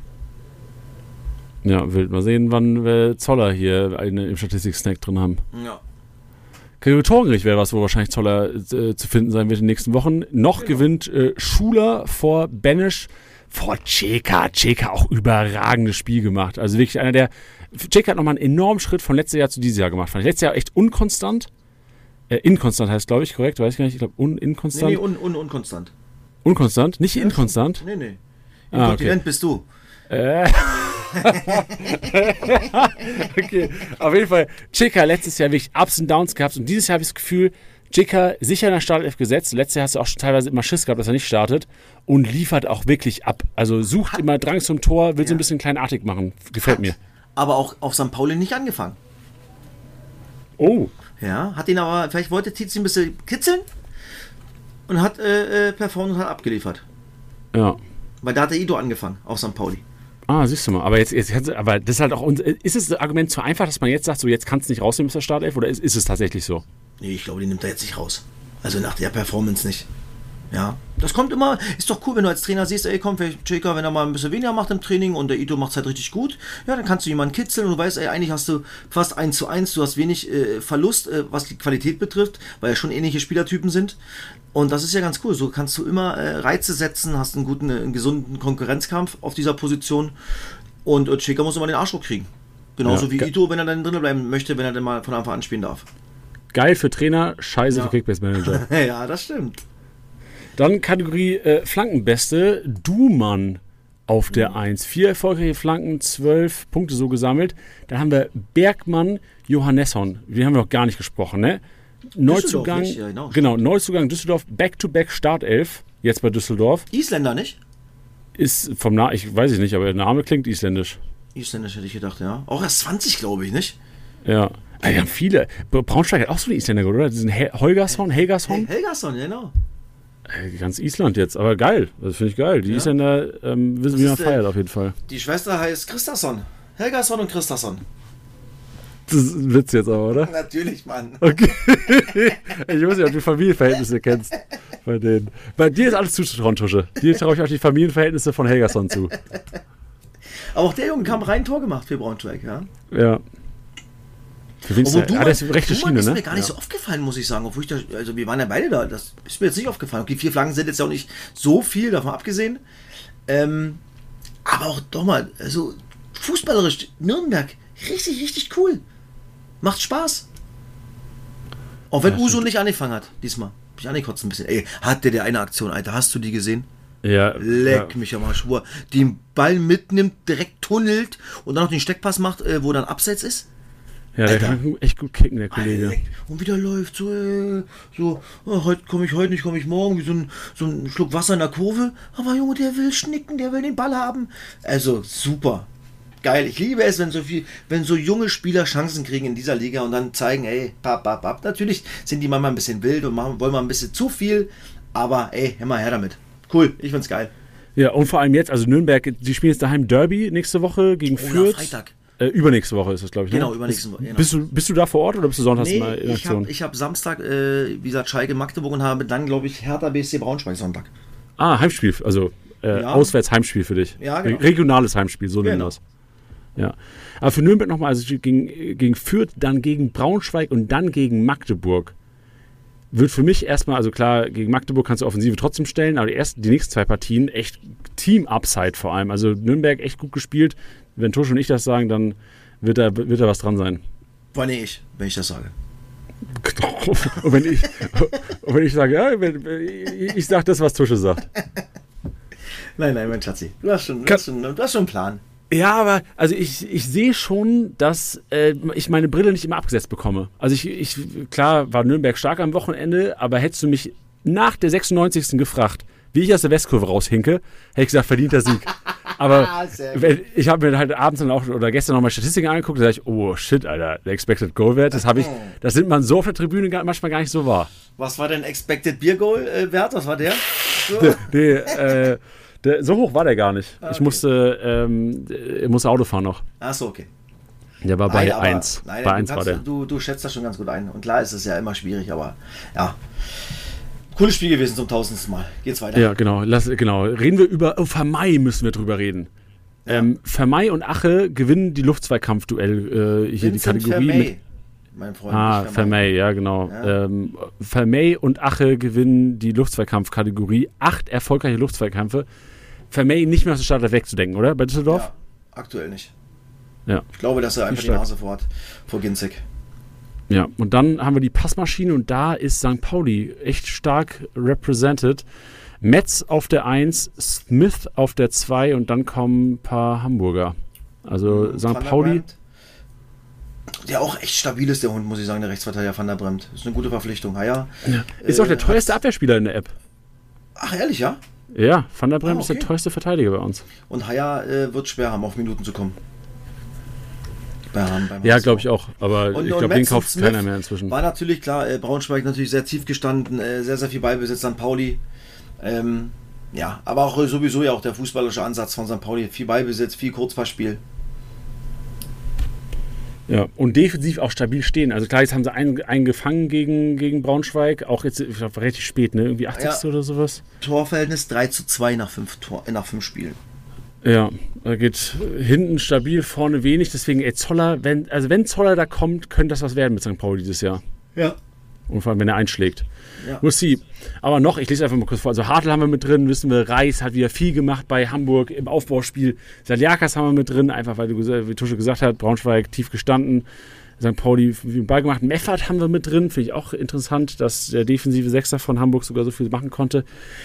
Ja, wild. Mal sehen, wann wir Zoller hier eine, im Statistik-Snack drin haben. Ja. Kategorienrecht wäre was, wo wahrscheinlich Zoller äh, zu finden sein wird in den nächsten Wochen. Noch Genau. gewinnt äh, Schuler vor Benesch, vor Ceka. Ceka auch überragendes Spiel gemacht. Also wirklich einer der... Ceka hat nochmal einen enormen Schritt von letztes Jahr zu dieses Jahr gemacht. Fand ich letztes Jahr echt unkonstant. Äh, inkonstant heißt, glaube ich, korrekt? Weiß ich gar nicht. Ich glaube, un Nee, inkonstant. nee, un, un, unkonstant. Unkonstant? Nicht inkonstant? Nee, nee. Ah, okay. Inkontinent bist du. Okay, auf jeden Fall. Ceka letztes Jahr wirklich Ups und Downs gehabt und dieses Jahr habe ich das Gefühl, Ceka sicher in der Startelf gesetzt. Letztes Jahr hast du auch schon teilweise immer Schiss gehabt, dass er nicht startet und liefert auch wirklich ab. Also sucht immer Drang zum Tor, will so ein bisschen kleinartig machen. Gefällt mir. Aber auch auf Sankt Pauli nicht angefangen. Oh, Ja, hat ihn aber, vielleicht wollte Tietz ihn ein bisschen kitzeln und hat äh, äh, performt und hat abgeliefert. ja. Weil da hat der Ido angefangen, auf Sankt Pauli. Ah, siehst du mal. Aber jetzt, jetzt kannst du- aber das ist halt auch, uns- ist es das Argument zu einfach, dass man jetzt sagt, so jetzt kannst du nicht rausnehmen aus der Startelf oder ist, ist es tatsächlich so? Nee, ich glaube, die nimmt er jetzt nicht raus. Also nach der Performance nicht. Ja, das kommt immer, ist doch cool, wenn du als Trainer siehst, ey, komm, vielleicht Cheka, wenn er mal ein bisschen weniger macht im Training und der Ito macht es halt richtig gut, ja, dann kannst du jemanden kitzeln und du weißt, ey, eigentlich hast du fast eins zu eins, du hast wenig äh, Verlust, äh, was die Qualität betrifft, weil ja schon ähnliche Spielertypen sind. Und das ist ja ganz cool, so kannst du immer äh, Reize setzen, hast einen guten, äh, einen gesunden Konkurrenzkampf auf dieser Position und äh, Cheka muss immer den Arsch hochkriegen. Genauso Ja, wie ge- Ito, wenn er dann drinnen bleiben möchte, wenn er dann mal von Anfang an spielen darf. Geil für Trainer, scheiße Ja. für Kickbase-Manager. Ja, das stimmt. Dann Kategorie äh, Flankenbeste. Dumann auf der eins. Vier erfolgreiche Flanken, zwölf Punkte so gesammelt. Dann haben wir Bergmann, Johannesson. Den haben wir noch gar nicht gesprochen, ne? Neuzugang, nicht? Ja, genau. genau, Neuzugang Düsseldorf, Back-to-Back Startelf, jetzt bei Düsseldorf. Isländer nicht? Ist vom Namen, ich weiß ich nicht, aber der Name klingt isländisch. Isländisch hätte ich gedacht, ja. Auch erst zwanzig, glaube ich, nicht? Ja. Ah, die haben viele. Braunschweig hat auch so eine Isländer, oder? Diesen Hel Holgersson, Helgason? Hey, Helgason, genau. Äh, Ganz Island jetzt, aber geil. Das finde ich geil. Die Ja. Isländer ähm, wissen, Das wie man ist, äh, feiert auf jeden Fall. Die Schwester heißt Christasson. Helgason und Christasson. Das ist ein Witz jetzt aber, oder? Natürlich, Mann. Okay. Ich weiß nicht, ob du Familienverhältnisse kennst bei denen. Bei dir ist alles zuzutrauen, Tusche. Dir traue ich auch die Familienverhältnisse von Helgason zu. Aber auch der Junge kam rein Tor gemacht für Braunschweig, ja. Ja. Für wen ist Obwohl der? Ah, das ist rechte Dumann Schiene, ist ne? mir gar nicht so aufgefallen, muss ich sagen. Obwohl ich da, also wir waren ja beide da, das ist mir jetzt nicht aufgefallen. Okay, vier Flanken sind jetzt ja auch nicht so viel, davon abgesehen. Ähm, aber auch doch mal, also fußballerisch, Nürnberg, richtig, richtig cool. Macht Spaß. Auch wenn Ja, Uso stimmt. nicht angefangen hat, diesmal. Hab ich angekotzt ein bisschen. Ey, hatte der eine Aktion, Alter, hast du die gesehen? Ja. Leck ja. mich am Arsch, wo er den Ball mitnimmt, direkt tunnelt und dann noch den Steckpass macht, äh, wo dann Abseits ist. Ja, der Alter. kann echt gut kicken, der Kollege. Leck. Und wieder läuft so, äh, so, oh, heute komme ich heute nicht, komme ich morgen, wie so ein, so ein Schluck Wasser in der Kurve. Aber Junge, der will schnicken, der will den Ball haben. Also super. Geil. Ich liebe es, wenn so viel, wenn so junge Spieler Chancen kriegen in dieser Liga und dann zeigen, ey, papp, papp, papp. Natürlich sind die manchmal ein bisschen wild und machen, wollen mal ein bisschen zu viel, aber ey, immer her damit. Cool, ich find's geil. Ja, und vor allem jetzt, also Nürnberg, die spielen jetzt daheim Derby nächste Woche gegen Oh, Fürth. ja, Freitag. Äh, übernächste Woche ist das, glaube ich. Genau, ne? übernächste Woche. Genau. Bist, du, bist du da vor Ort oder bist du sonntags Nee, mal in ich Aktion? habe ich hab Samstag, äh, wie gesagt, Schalke Magdeburg und habe dann, glaube ich, Hertha B S C Braunschweig Sonntag. Ah, Heimspiel, also äh, Ja. Auswärts-Heimspiel für dich. Ja, genau. Re- Regionales Heimspiel, so nennen wir Genau. das. Ja. Aber für Nürnberg nochmal, also gegen, gegen Fürth, dann gegen Braunschweig und dann gegen Magdeburg. Wird für mich erstmal, also klar, gegen Magdeburg kannst du Offensive trotzdem stellen, aber die, ersten, die nächsten zwei Partien echt Team-Upside vor allem. Also Nürnberg echt gut gespielt. Wenn Tusch und ich das sagen, dann wird da, wird da was dran sein. Vor allem ich, wenn ich das sage. Und wenn ich, und wenn ich sage, ja, wenn, ich sage das, was Tusche sagt. Nein, nein, mein Schatzi. Du hast schon, du hast schon, du hast schon einen Plan. Ja, aber also ich, ich sehe schon, dass äh, ich meine Brille nicht immer abgesetzt bekomme. Also ich, ich, klar war Nürnberg stark am Wochenende, aber hättest du mich nach der sechsundneunzigsten gefragt, wie ich aus der Westkurve raushinke, hätte ich gesagt, verdienter Sieg. Aber wenn, ich habe mir halt abends dann auch oder gestern noch mal Statistiken angeguckt, da dachte ich, oh shit, Alter, der Expected Goal Wert, das habe ich, das nimmt man so auf der Tribüne gar, manchmal gar nicht so wahr. Was war denn Expected Beer Goal äh, Wert? Was war der? So. Nee, äh, der, so hoch war der gar nicht. Ah, okay. Ich musste, ähm, ich musste Auto fahren noch. Achso, okay. Der war bei Nein, aber- eins. Nein, Bei du, eins war kannst, der. du, du schätzt das schon ganz gut ein. Und klar ist es ja immer schwierig, aber ja. Cooles Spiel gewesen zum tausendsten Mal. Geht's weiter. Ja, genau. Lass, genau. Reden wir über, oh, Vermey müssen wir drüber reden. Ja. Ähm, Vermey und Ache gewinnen die Luftzweikampfduell, äh, hier Vincent die Kategorie Vermey, mit. mein Freund. Ah, nicht Vermey, ja, genau. Ja. Ähm, Vermey und Ache gewinnen die Luftzweikampfkategorie. Acht erfolgreiche Luftzweikämpfe. Vermey nicht mehr aus der Startelf wegzudenken, oder? Bei Düsseldorf? Ja, aktuell nicht. Ja. Ich glaube, dass er einfach die stark. Nase vor hat, vor Ginzek. Ja, und dann haben wir die Passmaschine und da ist Sankt Pauli echt stark represented. Metz auf der eins, Smith auf der zwei und dann kommen ein paar Hamburger. Also Van Sankt der Pauli, Bremt, der auch echt stabil ist, der Hund, muss ich sagen, der Rechtsverteidiger Van der Bremt. Ist eine gute Verpflichtung. Ja, ja. ist auch der Äh, teuerste Abwehrspieler in der App. Ach, ehrlich, ja? Ja, Van der Bremt Ah, ist der okay. teuerste Verteidiger bei uns. Und Haya äh, wird schwer haben, auf Minuten zu kommen. Beim, beim Ja, H S V. glaube ich auch. Aber Und- ich und glaube, den Metz und kauft Smith keiner mehr inzwischen. War natürlich klar, äh, Braunschweig natürlich sehr tief gestanden, äh, sehr, sehr viel Ballbesitz an Pauli. Ähm, ja, aber auch äh, sowieso ja auch der fußballische Ansatz von Sankt Pauli. Viel Ballbesitz, viel Kurzpassspiel. Ja, und defensiv auch stabil stehen. Also klar, jetzt haben sie einen, einen gefangen gegen, gegen Braunschweig. Auch jetzt ich glaub, relativ spät, ne? Irgendwie achtzigste Ja. oder sowas. Torverhältnis drei zu zwei nach fünf, Tor, äh, nach fünf Spielen. Ja, da geht hinten stabil, vorne wenig. Deswegen, ey, Zoller, wenn, also wenn Zoller da kommt, könnte das was werden mit Sankt Pauli dieses Jahr. Ja. Und vor allem, wenn er einschlägt. Ja. Muss sie. Aber noch, ich lese einfach mal kurz vor. Also Hartl haben wir mit drin, wissen wir, Reis hat wieder viel gemacht bei Hamburg im Aufbauspiel. Saliakas haben wir mit drin, einfach weil du, wie Tusche gesagt hat, Braunschweig tief gestanden. Sankt Pauli wie Ball gemacht. Meffert haben wir mit drin, finde ich auch interessant, dass der defensive Sechser von Hamburg sogar so viel machen konnte.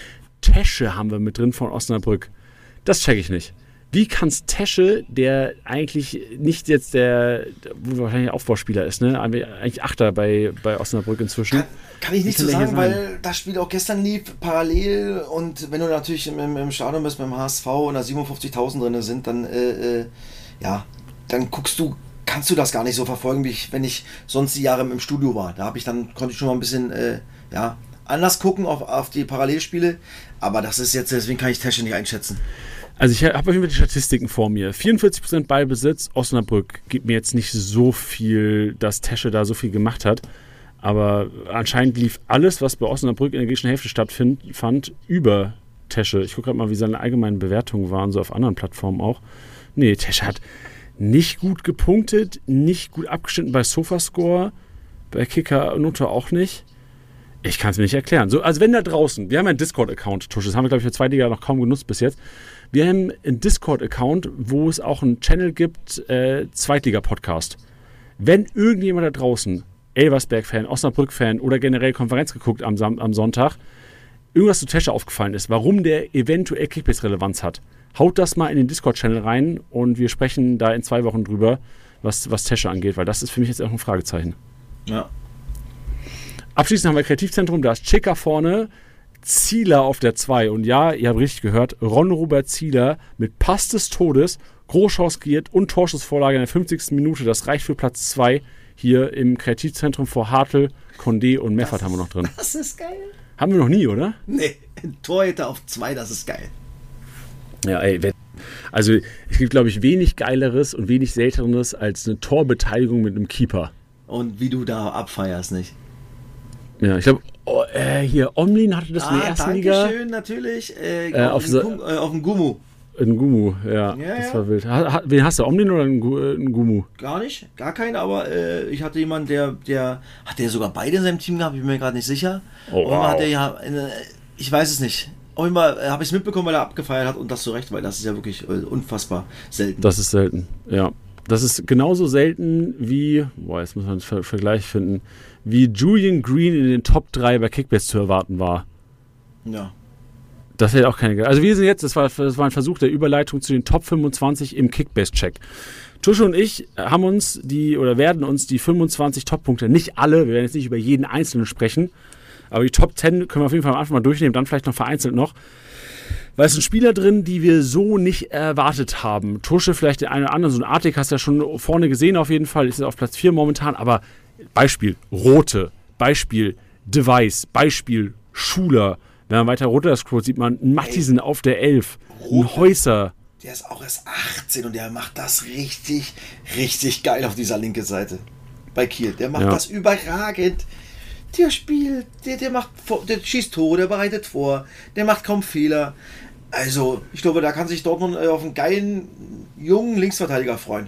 Tesche haben wir mit drin von Osnabrück. Das checke ich nicht. Wie kann's Tesche, der eigentlich nicht jetzt der, wo wahrscheinlich Aufbauspieler ist, ne? Eigentlich Achter bei, bei Osnabrück inzwischen. Kann, kann ich nicht Wie so kann der sagen, hier sein? weil das Spiel auch gestern lief, parallel. Und wenn du natürlich im, im, im Stadion bist beim H S V und da siebenundfünfzigtausend drin sind, dann, äh, äh, ja, dann guckst du, kannst du das gar nicht so verfolgen, wie ich, wenn ich sonst die Jahre im Studio war. Da habe ich dann, konnte ich schon mal ein bisschen, äh, ja, anders gucken auf, auf die Parallelspiele. Aber das ist jetzt, deswegen kann ich Tesche nicht einschätzen. Also ich habe auf jeden Fall die Statistiken vor mir. vierundvierzig Prozent Ballbesitz, Osnabrück gibt mir jetzt nicht so viel, dass Tesche da so viel gemacht hat. Aber anscheinend lief alles, was bei Osnabrück in der gegnerischen Hälfte stattfand, über Tesche. Ich gucke gerade mal, wie seine allgemeinen Bewertungen waren, so auf anderen Plattformen auch. Nee, Tesche hat nicht gut gepunktet, nicht gut abgeschnitten bei Sofascore, bei Kicker Note auch nicht. Ich kann es mir nicht erklären. So, also wenn da draußen, wir haben einen Discord-Account, Tusch, das haben wir, glaube ich, für zwei Liga noch kaum genutzt bis jetzt. Wir haben einen Discord-Account, wo es auch einen Channel gibt, äh, Zweitliga-Podcast. Wenn irgendjemand da draußen, Elversberg-Fan, Osnabrück-Fan oder generell Konferenz geguckt am, Sam- am Sonntag, irgendwas zu Tesche aufgefallen ist, warum der eventuell Kickbase-Relevanz hat, haut das mal in den Discord-Channel rein und wir sprechen da in zwei Wochen drüber, was, was Tesche angeht, weil das ist für mich jetzt auch ein Fragezeichen. Ja. Abschließend haben wir Kreativzentrum, da ist Chica vorne, Zieler auf der zwei. Und ja, ihr habt richtig gehört, Ron-Robert Zieler mit Pass des Todes Großchance kreiert und Torschussvorlage in der fünfzigsten Minute. Das reicht für Platz zwei hier im Kreativzentrum vor Hartl, Condé und Meffert haben wir noch drin. Das ist geil. Haben wir noch nie, oder? Nee, ein Torhüter auf zwei, das ist geil. Ja, ey, also es gibt, glaube ich, wenig Geileres und wenig Selteneres als eine Torbeteiligung mit einem Keeper. Und wie du da abfeierst, nicht? Ja, ich glaube, oh, äh, hier, Omlin hatte das ah, in der ersten danke Liga. Schön, natürlich. Äh, Äh, auf auf, so- dem Gu- äh, auf dem Gummu. Ein Gumu, ja, Ja, das ja. war wild. Ha, ha, wen hast du, Omlin oder ein, Gu, äh, ein Gumu? Gar nicht, gar keinen, aber äh, ich hatte jemanden, der, der, hat der sogar beide in seinem Team gehabt, ich bin mir gerade nicht sicher. Oh, Auf einmal wow. hat er ja, eine, ich weiß es nicht. Auf jeden Fall äh, habe ich es mitbekommen, weil er abgefeiert hat und das zu Recht, weil das ist ja wirklich äh, unfassbar selten. Das ist selten, ja. Das ist genauso selten wie, boah, jetzt muss man einen Ver Vergleich finden, wie Julian Green in den Top drei bei Kickbase zu erwarten war. Ja. Das hätte auch keine. Ge- Also wir sind jetzt, das war, das war ein Versuch der Überleitung zu den Top fünfundzwanzig im Kickbase-Check. Tusche und ich haben uns die oder werden uns die fünfundzwanzig Top-Punkte, nicht alle, wir werden jetzt nicht über jeden einzelnen sprechen, aber die Top zehn können wir auf jeden Fall am Anfang mal durchnehmen, dann vielleicht noch vereinzelt noch. Weil es sind Spieler drin, die wir so nicht erwartet haben. Tusche vielleicht den einen oder anderen, so ein Artik hast du ja schon vorne gesehen auf jeden Fall, ist auf Platz vier momentan, aber Beispiel Rote, Beispiel Device, Beispiel Schuler. Wenn man weiter runter scrollt, sieht man einen Mattisen auf der elf, einen Rote. Häuser. Der ist auch erst achtzehn und der macht das richtig, richtig geil auf dieser linken Seite. Bei Kiel. Der macht Ja. das überragend. Der spielt, der, der macht, vor- der schießt Tore, der bereitet vor, der macht kaum Fehler. Also, ich glaube, da kann sich Dortmund äh, auf einen geilen, jungen Linksverteidiger freuen.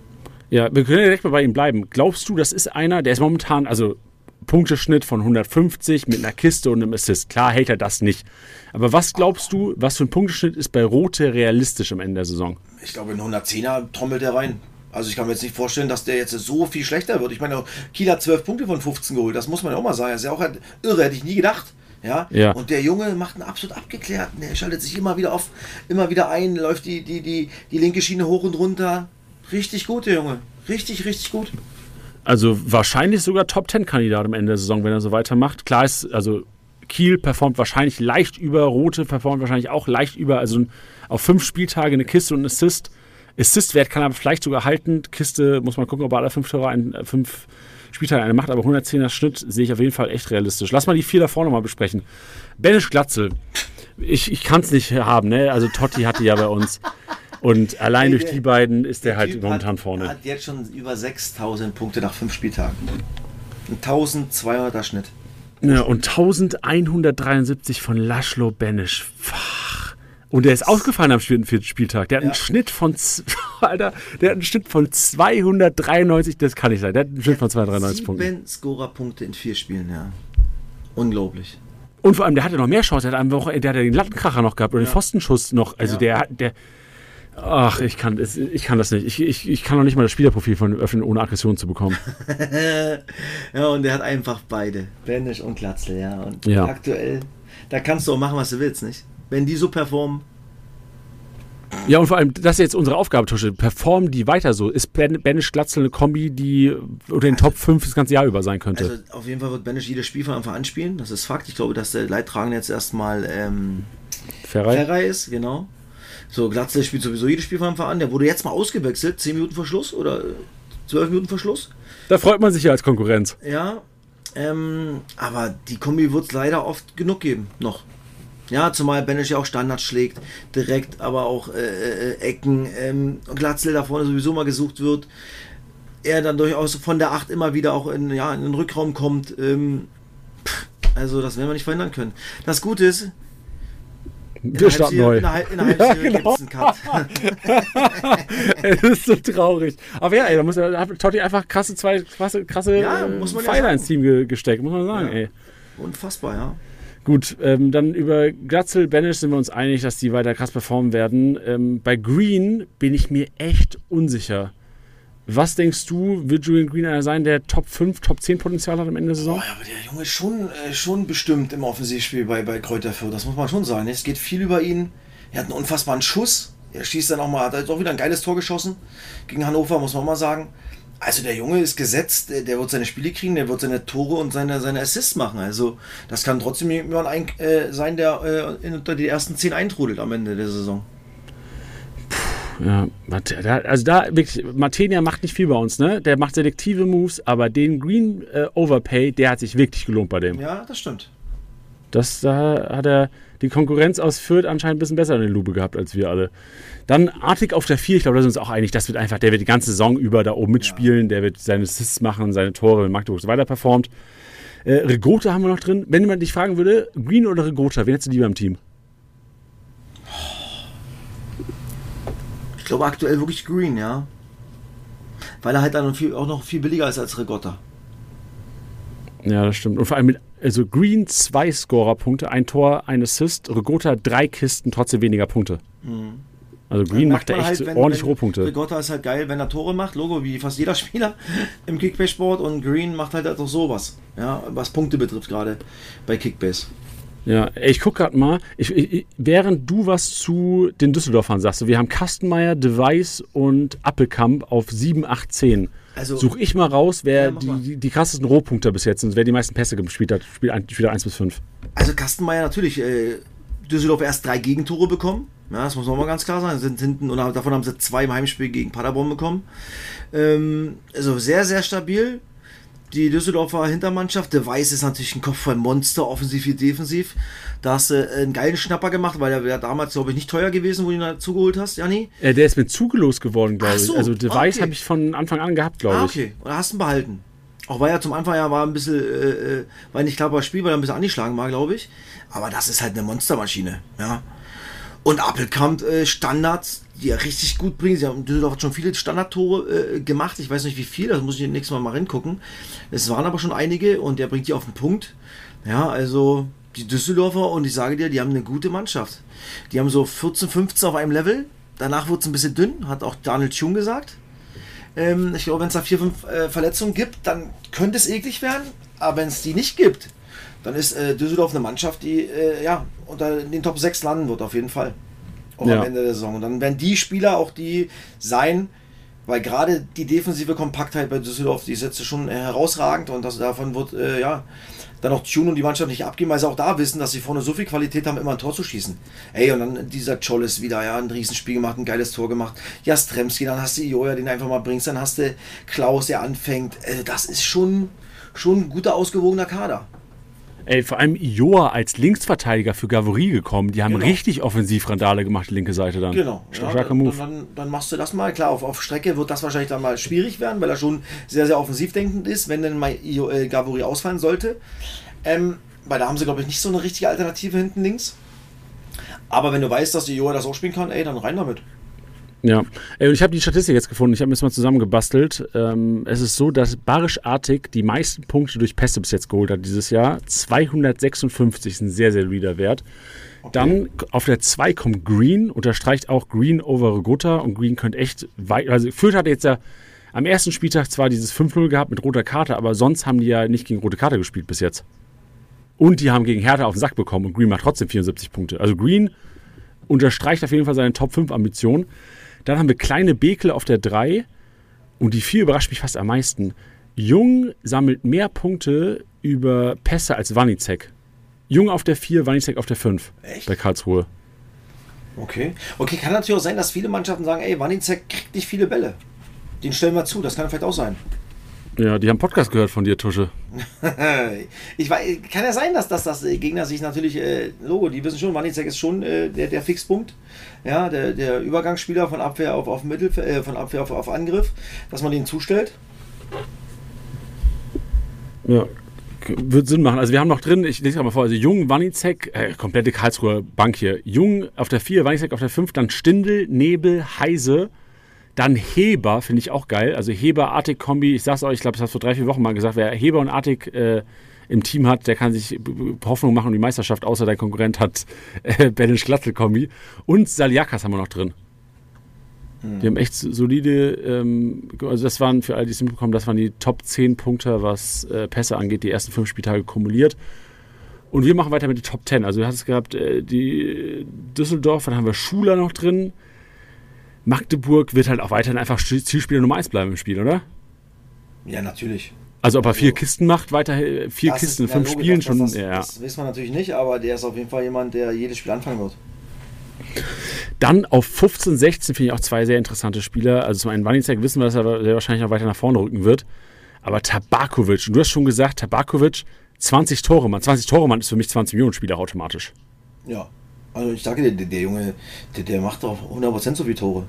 Ja, wir können ja direkt mal bei ihm bleiben. Glaubst du, das ist einer, der ist momentan, also Punkteschnitt von hundertfünfzig mit einer Kiste und einem Assist. Klar hält er das nicht. Aber was glaubst du, was für ein Punkteschnitt ist bei Rote realistisch am Ende der Saison? Ich glaube, in hundertzehner trommelt er rein. Also ich kann mir jetzt nicht vorstellen, dass der jetzt so viel schlechter wird. Ich meine, Kiel hat zwölf Punkte von fünfzehn geholt. Das muss man ja auch mal sagen. Das ist ja auch halt irre, hätte ich nie gedacht. Ja? Ja. Und der Junge macht einen absolut abgeklärten. Der schaltet sich immer wieder auf, immer wieder ein, läuft die, die, die, die linke Schiene hoch und runter. Richtig gut, der Junge. Richtig, richtig gut. Also wahrscheinlich sogar Top zehn Kandidat am Ende der Saison, wenn er so weitermacht. Klar ist, also Kiel performt wahrscheinlich leicht über, Rote performt wahrscheinlich auch leicht über. Also auf fünf Spieltage eine Kiste und ein Assist. Assist-Wert kann er vielleicht sogar halten. Kiste muss man gucken, ob er alle fünf Tore, ein, fünf Spieltage eine macht. Aber hundertzehner Schnitt sehe ich auf jeden Fall echt realistisch. Lass mal die vier da vorne mal besprechen. Benisch Glatzel. Ich, ich kann es nicht haben, ne? Also Totti hatte ja bei uns. Und allein Ey, durch der- die beiden ist der halt Typ momentan hat, vorne. hat jetzt schon über sechstausend Punkte nach fünf Spieltagen. Ein eintausendzweihunderter Schnitt. Ja, und elfhundertdreiundsiebzig von Laszlo Benisch. Fach. Und der ist ausgefallen am vierten vierten Spieltag. Der hat einen Ja. Schnitt von, z- Alter, der hat einen Schnitt von zweihundertdreiundneunzig, das kann nicht sein. Der hat einen Schnitt von zweihundertdreiundneunzig Punkten. Sieben Scorerpunkte in vier Spielen, ja. Unglaublich. Und vor allem, der hatte noch mehr Chancen. Der hat, am Wochenende, der hat ja den Lattenkracher noch gehabt und den Ja. Pfostenschuss noch. Also Ja. der, der, ach, ich kann, das, ich kann das nicht. Ich, ich, ich kann noch nicht mal das Spielerprofil von öffnen, ohne Aggression zu bekommen. Ja, und der hat einfach beide. Benisch und Glatzel, ja. Und Ja. aktuell, da kannst du auch machen, was du willst, nicht? Wenn die so performen, Ja, und vor allem, das ist jetzt unsere Aufgabe, Tusche. Performen die weiter so? Ist Ben- Benisch Glatzel eine Kombi, die unter den Top fünf das ganze Jahr über sein könnte? also auf jeden Fall wird Benisch jedes Spiel von Anfang an spielen. Das ist Fakt. Ich glaube, dass der Leidtragende jetzt erstmal ähm, Ferrei? Ferrei ist, genau. So, Glatzel spielt sowieso jedes Spiel von Anfang an. Der wurde jetzt mal ausgewechselt, zehn Minuten vor Schluss oder zwölf Minuten vor Schluss. Da freut man sich ja als Konkurrenz. Ja, ähm, aber die Kombi wird es leider oft genug geben, noch. Ja, zumal Benisch ja auch Standards schlägt, direkt, aber auch äh, äh, Ecken, ähm, Glatzel da vorne sowieso mal gesucht wird. Er dann durchaus von der acht immer wieder auch in, ja, in den Rückraum kommt. Ähm, pff, also das werden wir nicht verhindern können. Das Gute ist, in Wir starten neu. In der, Halb- in der halben Ja, Serie genau. gibt's einen Cut. Es ist so traurig. Aber ja, ey, da muss da hat Totti einfach krasse zwei krasse, krasse Ja, äh, muss man ja Pfeiler sagen. ins Team ge gesteckt, muss man sagen, Ja. ey. Unfassbar, ja. Gut, ähm, dann über Glatzel, Benisch sind wir uns einig, dass die weiter krass performen werden. Ähm, bei Green bin ich mir echt unsicher. Was denkst du, wird Julian Green einer sein, der Top fünf, Top zehn Potenzial hat am Ende der Oh, Saison? ja, aber der Junge ist schon, äh, schon bestimmt im Offensivspiel bei, bei Kräuter Fürth, das muss man schon sagen. Es geht viel über ihn. Er hat einen unfassbaren Schuss. Er schießt dann auch mal, hat jetzt auch wieder ein geiles Tor geschossen gegen Hannover, muss man mal sagen. Also der Junge ist gesetzt, der, der wird seine Spiele kriegen, der wird seine Tore und seine, seine Assists machen. Also das kann trotzdem jemand ein, äh, sein, der äh, in, unter die ersten zehn eintrudelt am Ende der Saison. Ja, also da wirklich, Martenia macht nicht viel bei uns, ne? Der macht selektive Moves, aber den Green äh, Overpay, der hat sich wirklich gelohnt bei dem. Ja, das stimmt. Das, da hat er die Konkurrenz aus Fürth anscheinend ein bisschen besser in der Lupe gehabt als wir alle. Dann Artig auf der vier, ich glaube, da sind wir uns auch einig, das wird einfach, der wird die ganze Saison über da oben mitspielen, ja. Der wird seine Assists machen, seine Tore, wenn Magdeburg so weiter performt. Äh, Regota haben wir noch drin. Wenn man dich fragen würde, Green oder Regota, wen hättest du lieber im Team? Ich glaube aktuell wirklich Green, ja. Weil er halt dann viel, auch noch viel billiger ist als Regota. Ja, das stimmt. Und vor allem mit also Green zwei Scorer-Punkte, ein Tor, ein Assist, Regota drei Kisten, trotzdem weniger Punkte. Mhm. Also Green macht da echt halt, wenn, ordentlich wenn Rohpunkte. Regota ist halt geil, wenn er Tore macht, Logo wie fast jeder Spieler im Kickbase-Sport, und Green macht halt auch sowas, ja, was Punkte betrifft, gerade bei Kickbase. Ja, ich gucke gerade mal, ich, ich, während du was zu den Düsseldorfern sagst, wir haben Kastenmeier, Device und Appelkamp auf sieben, acht, zehn. Also, suche ich mal raus, wer ja, die, die, die krassesten Rohpunkte bis jetzt sind, wer die meisten Pässe gespielt hat, spielt Spieler eins bis fünf. Also Kastenmeier natürlich, äh, Düsseldorf erst drei Gegentore bekommen, ja, das muss man mal ganz klar sagen, sind hinten, und davon haben sie zwei im Heimspiel gegen Paderborn bekommen. Ähm, also sehr, sehr stabil. Die Düsseldorfer Hintermannschaft, der Weiß ist natürlich ein Kopf voll Monster, offensiv wie defensiv. Da hast du einen geilen Schnapper gemacht, weil der wäre damals, glaube ich, nicht teuer gewesen, wo du ihn dazu geholt hast, Janni. Äh, der ist mit zugelost geworden, glaube so, ich. Also der okay. Weiß habe ich von Anfang an gehabt, glaube ah, ich. Okay, und hast ihn behalten. Auch weil er zum Anfang ja war ein bisschen, äh, war nicht klar, das Spiel, weil er ein bisschen angeschlagen war, glaube ich. Aber das ist halt eine Monstermaschine, ja. Und Appelkamp, äh, Standards, die er richtig gut bringen. Sie haben Düsseldorf hat schon viele Standardtore äh, gemacht. Ich weiß nicht wie viel, das muss ich nächstes Mal mal reingucken. Es waren aber schon einige und der bringt die auf den Punkt. Ja, also die Düsseldorfer, und ich sage dir, die haben eine gute Mannschaft. Die haben so vierzehn, fünfzehn auf einem Level. Danach wurde es ein bisschen dünn, hat auch Daniel Thun gesagt. Ähm, ich glaube, wenn es da vier, fünf äh, Verletzungen gibt, dann könnte es eklig werden. Aber wenn es die nicht gibt, dann ist äh, Düsseldorf eine Mannschaft, die äh, ja, unter den Top sechs landen wird, auf jeden Fall. Auch ja. Am Ende der Saison. Und dann werden die Spieler auch die sein, weil gerade die defensive Kompaktheit bei Düsseldorf, die ist jetzt schon äh, herausragend, und das, davon wird äh, ja dann auch Thun und die Mannschaft nicht abgeben, weil sie auch da wissen, dass sie vorne so viel Qualität haben, immer ein Tor zu schießen. Ey, und dann dieser Czolis wieder, ja, ein Riesenspiel gemacht, ein geiles Tor gemacht. Jastremski, dann hast du Joja, den einfach mal bringst, dann hast du Klaus, der anfängt. Äh, das ist schon, schon ein guter, ausgewogener Kader. Ey, vor allem Joa als Linksverteidiger für Gavory gekommen. Die haben genau. richtig Offensivrandale gemacht, die linke Seite dann. Genau. Ja, dann, dann, dann machst du das mal. Klar, auf, auf Strecke wird das wahrscheinlich dann mal schwierig werden, weil er schon sehr, sehr offensiv denkend ist, wenn dann mal äh, Gavory ausfallen sollte. Ähm, weil da haben sie, glaube ich, nicht so eine richtige Alternative hinten links. Aber wenn du weißt, dass die Joa das auch spielen kann, ey, dann rein damit. Ja, und ich habe die Statistik jetzt gefunden, ich habe mir das mal zusammengebastelt. Ähm, es ist so, dass Barisch Artig die meisten Punkte durch Pässe bis jetzt geholt hat dieses Jahr. zweihundertsechsundfünfzig ist ein sehr, sehr solider Wert. Okay. Dann auf der zwei kommt Green, unterstreicht auch Green over Regota, und Green könnte echt weit, also Fürth hat jetzt ja am ersten Spieltag zwar dieses fünf null gehabt mit roter Karte, aber sonst haben die ja nicht gegen rote Karte gespielt bis jetzt. Und die haben gegen Hertha auf den Sack bekommen, und Green macht trotzdem vierundsiebzig Punkte. Also Green unterstreicht auf jeden Fall seine Top fünf Ambitionen. Dann haben wir kleine Bekel auf der drei, und die vier überrascht mich fast am meisten. Jung sammelt mehr Punkte über Pässe als Wanizek. Jung auf der vier, Wanizek auf der fünf. Echt? Bei Karlsruhe. Okay. Okay, kann natürlich auch sein, dass viele Mannschaften sagen, ey, Wanizek kriegt nicht viele Bälle. Den stellen wir zu, das kann vielleicht auch sein. Ja, die haben Podcast gehört von dir, Tusche. ich weiß, kann ja sein, dass, dass das Gegner sich natürlich, äh, Logo, die wissen schon, Wanizek ist schon äh, der, der Fixpunkt, ja, der, der Übergangsspieler von Abwehr auf, auf Mittel, äh, von Abwehr auf, auf Angriff, dass man den zustellt. Ja, wird Sinn machen. Also wir haben noch drin, ich lese mal vor, also Jung, Wanizek, äh, komplette Karlsruher Bank hier. Jung auf der vier, Wanizek auf der fünf, dann Stindl, Nebel, Heise. Dann Heber, finde ich auch geil. Also Heber-Artig-Kombi, ich sag's euch, ich glaube, das hast du vor drei, vier Wochen mal gesagt, wer Heber und Artig äh, im Team hat, der kann sich Hoffnung machen um die Meisterschaft, außer dein Konkurrent hat äh, Benisch-Glatzel-Kombi. Und Saliakas haben wir noch drin. Hm. Die haben echt solide, ähm, also das waren, für alle, die es mitbekommen, das waren die Top zehn Punkte, was äh, Pässe angeht, die ersten fünf Spieltage kumuliert. Und wir machen weiter mit den Top zehn. Also du hast es gehabt, äh, die Düsseldorf, dann haben wir Schuler noch drin. Magdeburg wird halt auch weiterhin einfach Zielspieler Nummer eins bleiben im Spiel, oder? Ja, natürlich. Also ob er vier Kisten macht, weiter vier das Kisten in ist, fünf ja, Spielen das, schon. Das, ja. das wissen wir natürlich nicht, aber der ist auf jeden Fall jemand, der jedes Spiel anfangen wird. Dann auf fünfzehn, sechzehn finde ich auch zwei sehr interessante Spieler. Also zum einen Wanizek wissen wir, dass er sehr wahrscheinlich noch weiter nach vorne rücken wird. Aber Tabakovic, und du hast schon gesagt, Tabakovic, zwanzig Tore, Mann. zwanzig Tore, Mann ist für mich zwanzig Millionen Spieler automatisch. Ja, also ich sage dir, der, der Junge, der, der macht doch hundert Prozent so viele Tore.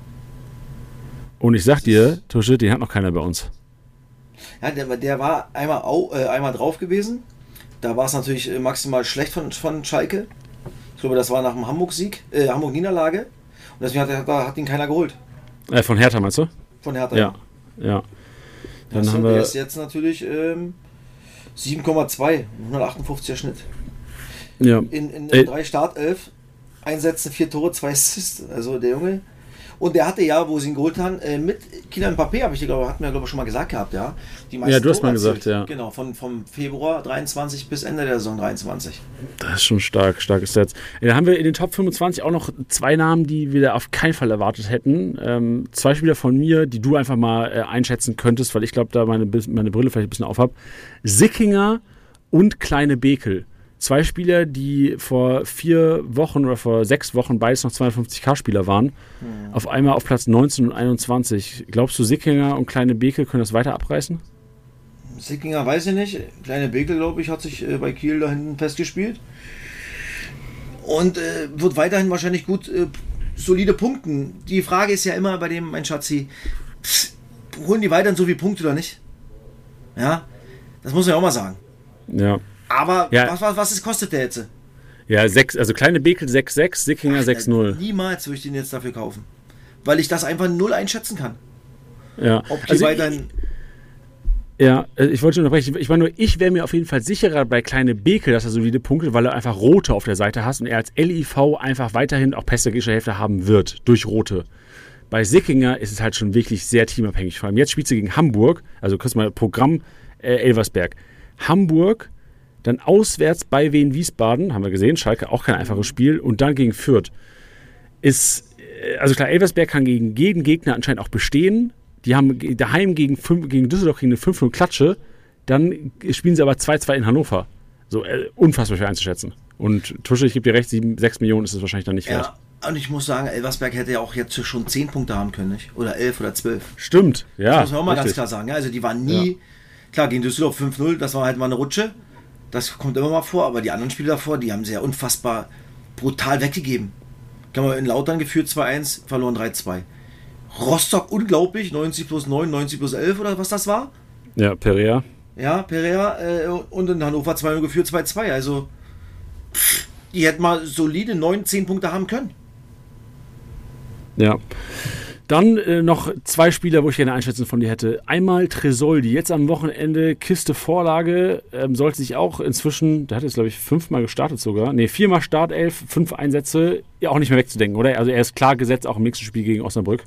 Und ich sag dir, Tusche, den hat noch keiner bei uns. Ja, der, der war einmal, au, äh, einmal drauf gewesen. Da war es natürlich äh, maximal schlecht von, von Schalke. Ich glaube, das war nach dem Hamburg-Sieg, äh, Hamburg-Niederlage. Und deswegen hat, hat, hat ihn keiner geholt. Äh, von Hertha meinst du? Von Hertha. Ja, ja. Dann das haben der wir ist jetzt natürlich ähm, sieben Komma zwei, hundertachtundfünfziger Schnitt. ja. In, in, in äh, drei Startelf, Einsätzen, vier Tore, zwei Assists. Also der Junge. Und der hatte ja, wo sie ihn geholt haben, äh, mit Kylian Mbappé, habe ich dir, glaube hatten wir glaube ich schon mal gesagt gehabt, ja. Die Ja, du hast Tore mal gesagt, erzielt. ja. Genau, von vom Februar dreiundzwanzig bis Ende der Saison dreiundzwanzig. Das ist schon stark, starkes Stats. Dann haben wir in den Top fünfundzwanzig auch noch zwei Namen, die wir da auf keinen Fall erwartet hätten. Ähm, zwei Spieler von mir, die du einfach mal äh, einschätzen könntest, weil ich glaube, da meine, meine Brille vielleicht ein bisschen aufhab. Sickinger und Kleine Bekel. Zwei Spieler, die vor vier Wochen oder vor sechs Wochen beides noch zweihundertfünfzig-K-Spieler waren. Mhm. Auf einmal auf Platz neunzehn und einundzwanzig. Glaubst du, Sickinger und Kleine Bekel können das weiter abreißen? Sickinger weiß ich nicht. Kleine Bekel, glaube ich, hat sich äh, bei Kiel da hinten festgespielt. Und äh, wird weiterhin wahrscheinlich gut äh, solide punkten. Die Frage ist ja immer bei dem, mein Schatzi, pff, holen die weiterhin so viele Punkte oder nicht? Ja, das muss man ja auch mal sagen. Ja. Aber ja. was, was, was ist, kostet der jetzt? Ja, sechs, also Kleine Bekel sechs sechs, Sickinger sechs null. Niemals würde ich den jetzt dafür kaufen. Weil ich das einfach null einschätzen kann. Ja. Ob die also weiterhin... Ja, ich wollte schon unterbrechen. Ich meine nur, ich wäre mir auf jeden Fall sicherer bei Kleine Bekel, dass er solide Punkte, weil er einfach Rote auf der Seite hast und er als L I V einfach weiterhin auch pädagogische Hälfte haben wird, durch Rote. Bei Sickinger ist es halt schon wirklich sehr teamabhängig. Vor allem jetzt spielt sie gegen Hamburg, also kurz mal Programm äh, Elversberg. Hamburg, dann auswärts bei Wien Wiesbaden, haben wir gesehen, Schalke auch kein einfaches Spiel, und dann gegen Fürth. Ist, also klar, Elversberg kann gegen jeden Gegner anscheinend auch bestehen. Die haben daheim gegen, fünf, gegen Düsseldorf gegen eine fünf null Klatsche, dann spielen sie aber zwei zwei in Hannover. So äh, unfassbar schwer einzuschätzen. Und Tusche, ich gebe dir recht, sieben, sechs Millionen ist es wahrscheinlich dann nicht wert. Ja, und ich muss sagen, Elversberg hätte ja auch jetzt schon zehn Punkte haben können, nicht? Oder elf oder zwölf. Stimmt, ja. Das muss man auch mal richtig. ganz klar sagen. Ja, also die waren nie, ja. Klar, gegen Düsseldorf fünf null, das war halt mal eine Rutsche. Das kommt immer mal vor, aber die anderen Spiele davor, die haben sie ja unfassbar brutal weggegeben. Kann man in Lautern geführt zwei eins, verloren drei zwei. Rostock unglaublich, neunzig plus neun, neunzig plus elf oder was das war. Ja, Perea. Ja, Perea äh, und in Hannover zwei null geführt, zwei zwei. Also pff, die hätten mal solide neun, zehn Punkte haben können. Ja. Dann äh, noch zwei Spieler, wo ich gerne Einschätzung von dir hätte. Einmal Tresoldi, jetzt am Wochenende Kiste Vorlage, ähm, sollte sich auch inzwischen, der hat jetzt glaube ich fünfmal gestartet sogar, ne viermal Startelf, fünf Einsätze, ja auch nicht mehr wegzudenken, oder? Also er ist klar gesetzt, auch im nächsten Spiel gegen Osnabrück.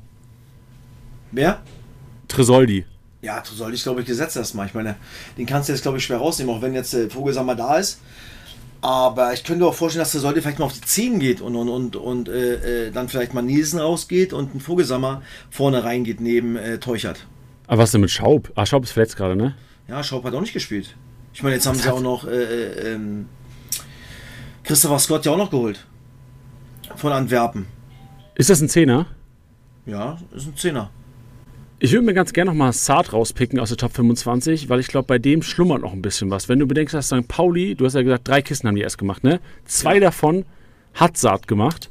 Wer? Tresoldi. Ja, Tresoldi ist glaube ich gesetzt erstmal. Ich meine, den kannst du jetzt glaube ich schwer rausnehmen, auch wenn jetzt der äh, Vogelsammer da ist. Aber ich könnte auch vorstellen, dass der Soldi vielleicht mal auf die zehn geht und, und, und, und äh, dann vielleicht mal Nielsen rausgeht und ein Vogelsammer vorne reingeht neben äh, Teuchert. Aber was denn mit Schaub? Ah, Schaub ist verletzt gerade, ne? Ja, Schaub hat auch nicht gespielt. Ich meine, jetzt haben sie auch noch äh, äh, ähm, Christopher Scott ja auch noch geholt. Von Antwerpen. Ist das ein Zehner? Ja, ist ein Zehner. Ich würde mir ganz gerne nochmal Saad rauspicken aus der Top fünfundzwanzig, weil ich glaube, bei dem schlummert noch ein bisschen was. Wenn du bedenkst, dass Sankt Pauli, du hast ja gesagt, drei Kisten haben die erst gemacht, ne? Zwei ja. davon hat Saad gemacht.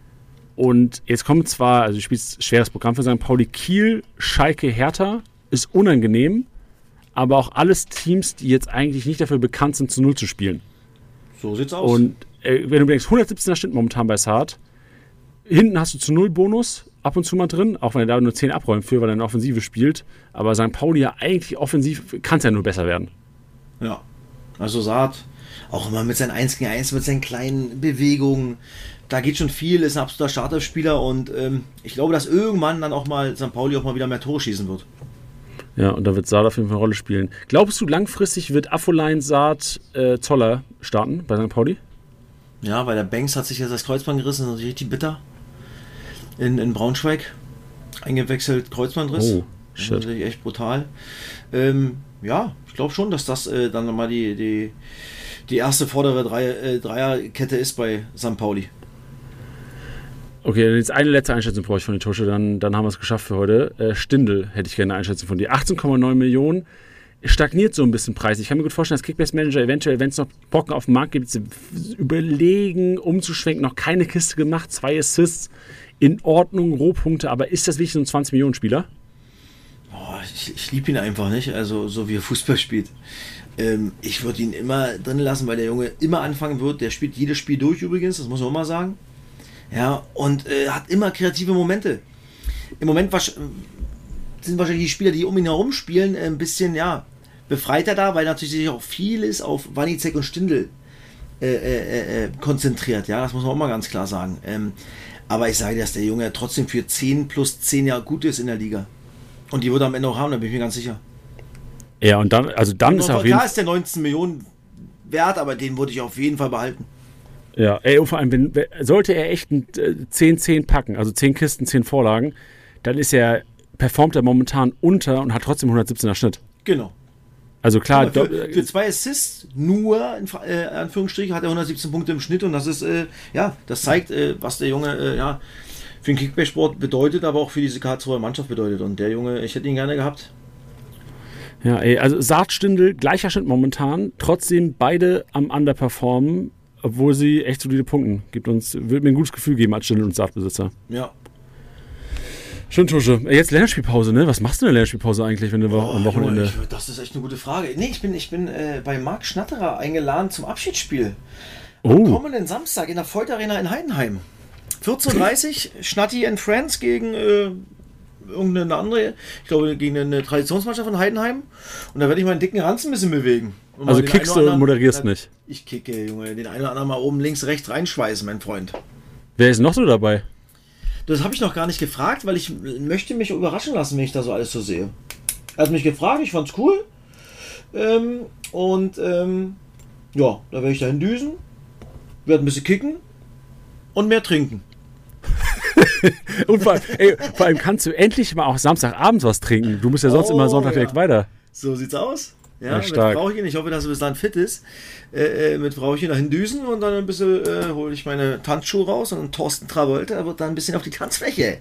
Und jetzt kommt zwar, also du spielst schweres Programm für Sankt Pauli, Kiel, Schalke, Hertha, ist unangenehm, aber auch alles Teams, die jetzt eigentlich nicht dafür bekannt sind, zu Null zu spielen. So sieht's aus. Und äh, wenn du bedenkst, hundertsiebzehner stimmt momentan bei Saad. Hinten hast du zu Null Bonus ab und zu mal drin, auch wenn er da nur zehn abräumt für, weil er eine Offensive spielt. Aber Sankt Pauli ja eigentlich offensiv kann es ja nur besser werden. Ja, also Saad, auch immer mit seinen eins gegen eins, mit seinen kleinen Bewegungen, da geht schon viel, ist ein absoluter Starterspieler und ähm, ich glaube, dass irgendwann dann auch mal Sankt Pauli auch mal wieder mehr Tore schießen wird. Ja, und da wird Saad auf jeden Fall eine Rolle spielen. Glaubst du, langfristig wird Affolein, Saad, äh, Zoller starten bei Sankt Pauli? Ja, weil der Banks hat sich jetzt das Kreuzband gerissen, das ist richtig bitter. In, in Braunschweig eingewechselt, Kreuzbandriss. Oh, shit. Das ist natürlich echt brutal. Ähm, ja, ich glaube schon, dass das äh, dann nochmal die, die, die erste vordere Dreier, äh, Dreierkette ist bei Sankt Pauli. Okay, jetzt eine letzte Einschätzung brauche ich von der Tusche, dann, dann haben wir es geschafft für heute. Äh, Stindl hätte ich gerne eine Einschätzung von dir. achtzehn Komma neun Millionen, stagniert so ein bisschen Preis. Ich kann mir gut vorstellen, dass Kickbase-Manager eventuell, wenn es noch Brocken auf dem Markt gibt, überlegen, umzuschwenken, noch keine Kiste gemacht, zwei Assists, in Ordnung, Rohpunkte, aber ist das wirklich so ein zwanzig-Millionen-Spieler? Oh, ich ich liebe ihn einfach nicht, also so wie er Fußball spielt. Ähm, ich würde ihn immer drin lassen, weil der Junge immer anfangen wird. Der spielt jedes Spiel durch übrigens, das muss man auch mal sagen. Ja, und äh, hat immer kreative Momente. Im Moment was, sind wahrscheinlich die Spieler, die um ihn herum spielen, ein bisschen ja, befreiter da, weil natürlich sich auch vieles auf Wanizek und Stindl äh, äh, äh, konzentriert. Ja, das muss man auch mal ganz klar sagen. Ähm, aber ich sage, dass der Junge trotzdem für zehn plus zehn Jahre gut ist in der Liga. Und die wird er am Ende auch haben, da bin ich mir ganz sicher. Ja, und dann, also dann und ist er auf jeden Fall. Klar ist der neunzehn Millionen wert, aber den würde ich auf jeden Fall behalten. Ja, ey, vor allem, wenn, sollte er echt ein zehn zehn packen, also zehn Kisten, zehn Vorlagen, dann ist er, performt er momentan unter und hat trotzdem hundertsiebzehner Schnitt. Genau. Also klar. Für, für zwei Assists nur, in äh, Anführungsstrichen, hat er hundertsiebzehn Punkte im Schnitt und das ist, äh, ja, das zeigt, äh, was der Junge, äh, ja, für den Kickbase-Sport bedeutet, aber auch für diese Karlsruher Mannschaft bedeutet. Und der Junge, ich hätte ihn gerne gehabt. Ja, ey, also Saad, Stindl, gleicher Schnitt momentan, trotzdem beide am Underperformen, obwohl sie echt solide punkten. Gibt uns, wird mir ein gutes Gefühl geben als Stindl- und Saad-Besitzer. Ja. Schön, Tusche. Jetzt Länderspielpause, ne? Was machst du in der Länderspielpause eigentlich, wenn du oh, am Wochenende... Junge, ich, das ist echt eine gute Frage. Nee, ich bin, ich bin äh, bei Marc Schnatterer eingeladen zum Abschiedsspiel. Oh. Am kommenden Samstag in der Voigt Arena in Heidenheim. vierzehn Uhr dreißig, Schnatti and Friends gegen äh, irgendeine andere, ich glaube gegen eine Traditionsmannschaft von Heidenheim. Und da werde ich meinen dicken Ranzen ein bisschen bewegen. Und also kickst du und moderierst na, nicht? Ich kicke, Junge. Den einen oder anderen mal oben links, rechts reinschweißen, mein Freund. Wer ist noch so dabei? Das habe ich noch gar nicht gefragt, weil ich möchte mich überraschen lassen, wenn ich da so alles so sehe. Er hat mich gefragt, ich fand's cool. Ähm, und ähm, ja, da werde ich dahin düsen, werde ein bisschen kicken und mehr trinken. Und vor allem, ey, vor allem kannst du endlich mal auch Samstagabends was trinken. Du musst ja sonst oh, immer Sonntag ja. direkt weiter. So sieht's aus. Ja, ja, mit Frauchen, ich hoffe, dass er bis dahin fit ist. Äh, äh, mit Frauchen dahin düsen und dann ein bisschen äh, hole ich meine Tanzschuhe raus und Thorsten Travolta wird dann ein bisschen auf die Tanzfläche.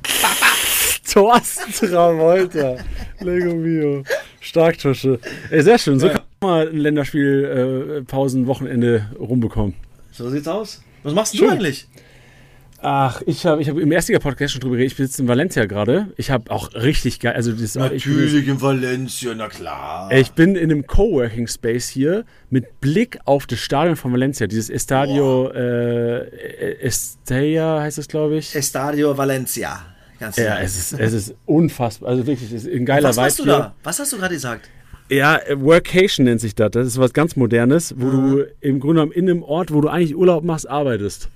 Thorsten Travolta. Lego mio. Stark, Tusche. Ey, sehr schön. So ja. kann man mal ein Länderspiel-Pausen-Wochenende äh, rumbekommen. So sieht's aus. Was machst schön. du eigentlich? Ach, ich habe ich hab im Erstliga-Podcast schon drüber geredet. Ich sitze in Valencia gerade. Ich habe auch richtig geil. Also das, Natürlich ich bin, in Valencia, na klar. Ich bin in einem Coworking-Space hier mit Blick auf das Stadion von Valencia. Dieses Estadio äh, Estella heißt es, glaube ich. Estadio Valencia. Ganz ja, es ist, es ist unfassbar. Also wirklich, es ist ein geiler Vibe. Was hast du da? Was hast du gerade gesagt? Ja, Workation nennt sich das. Das ist was ganz Modernes, wo mhm. du im Grunde genommen in einem Ort, wo du eigentlich Urlaub machst, arbeitest.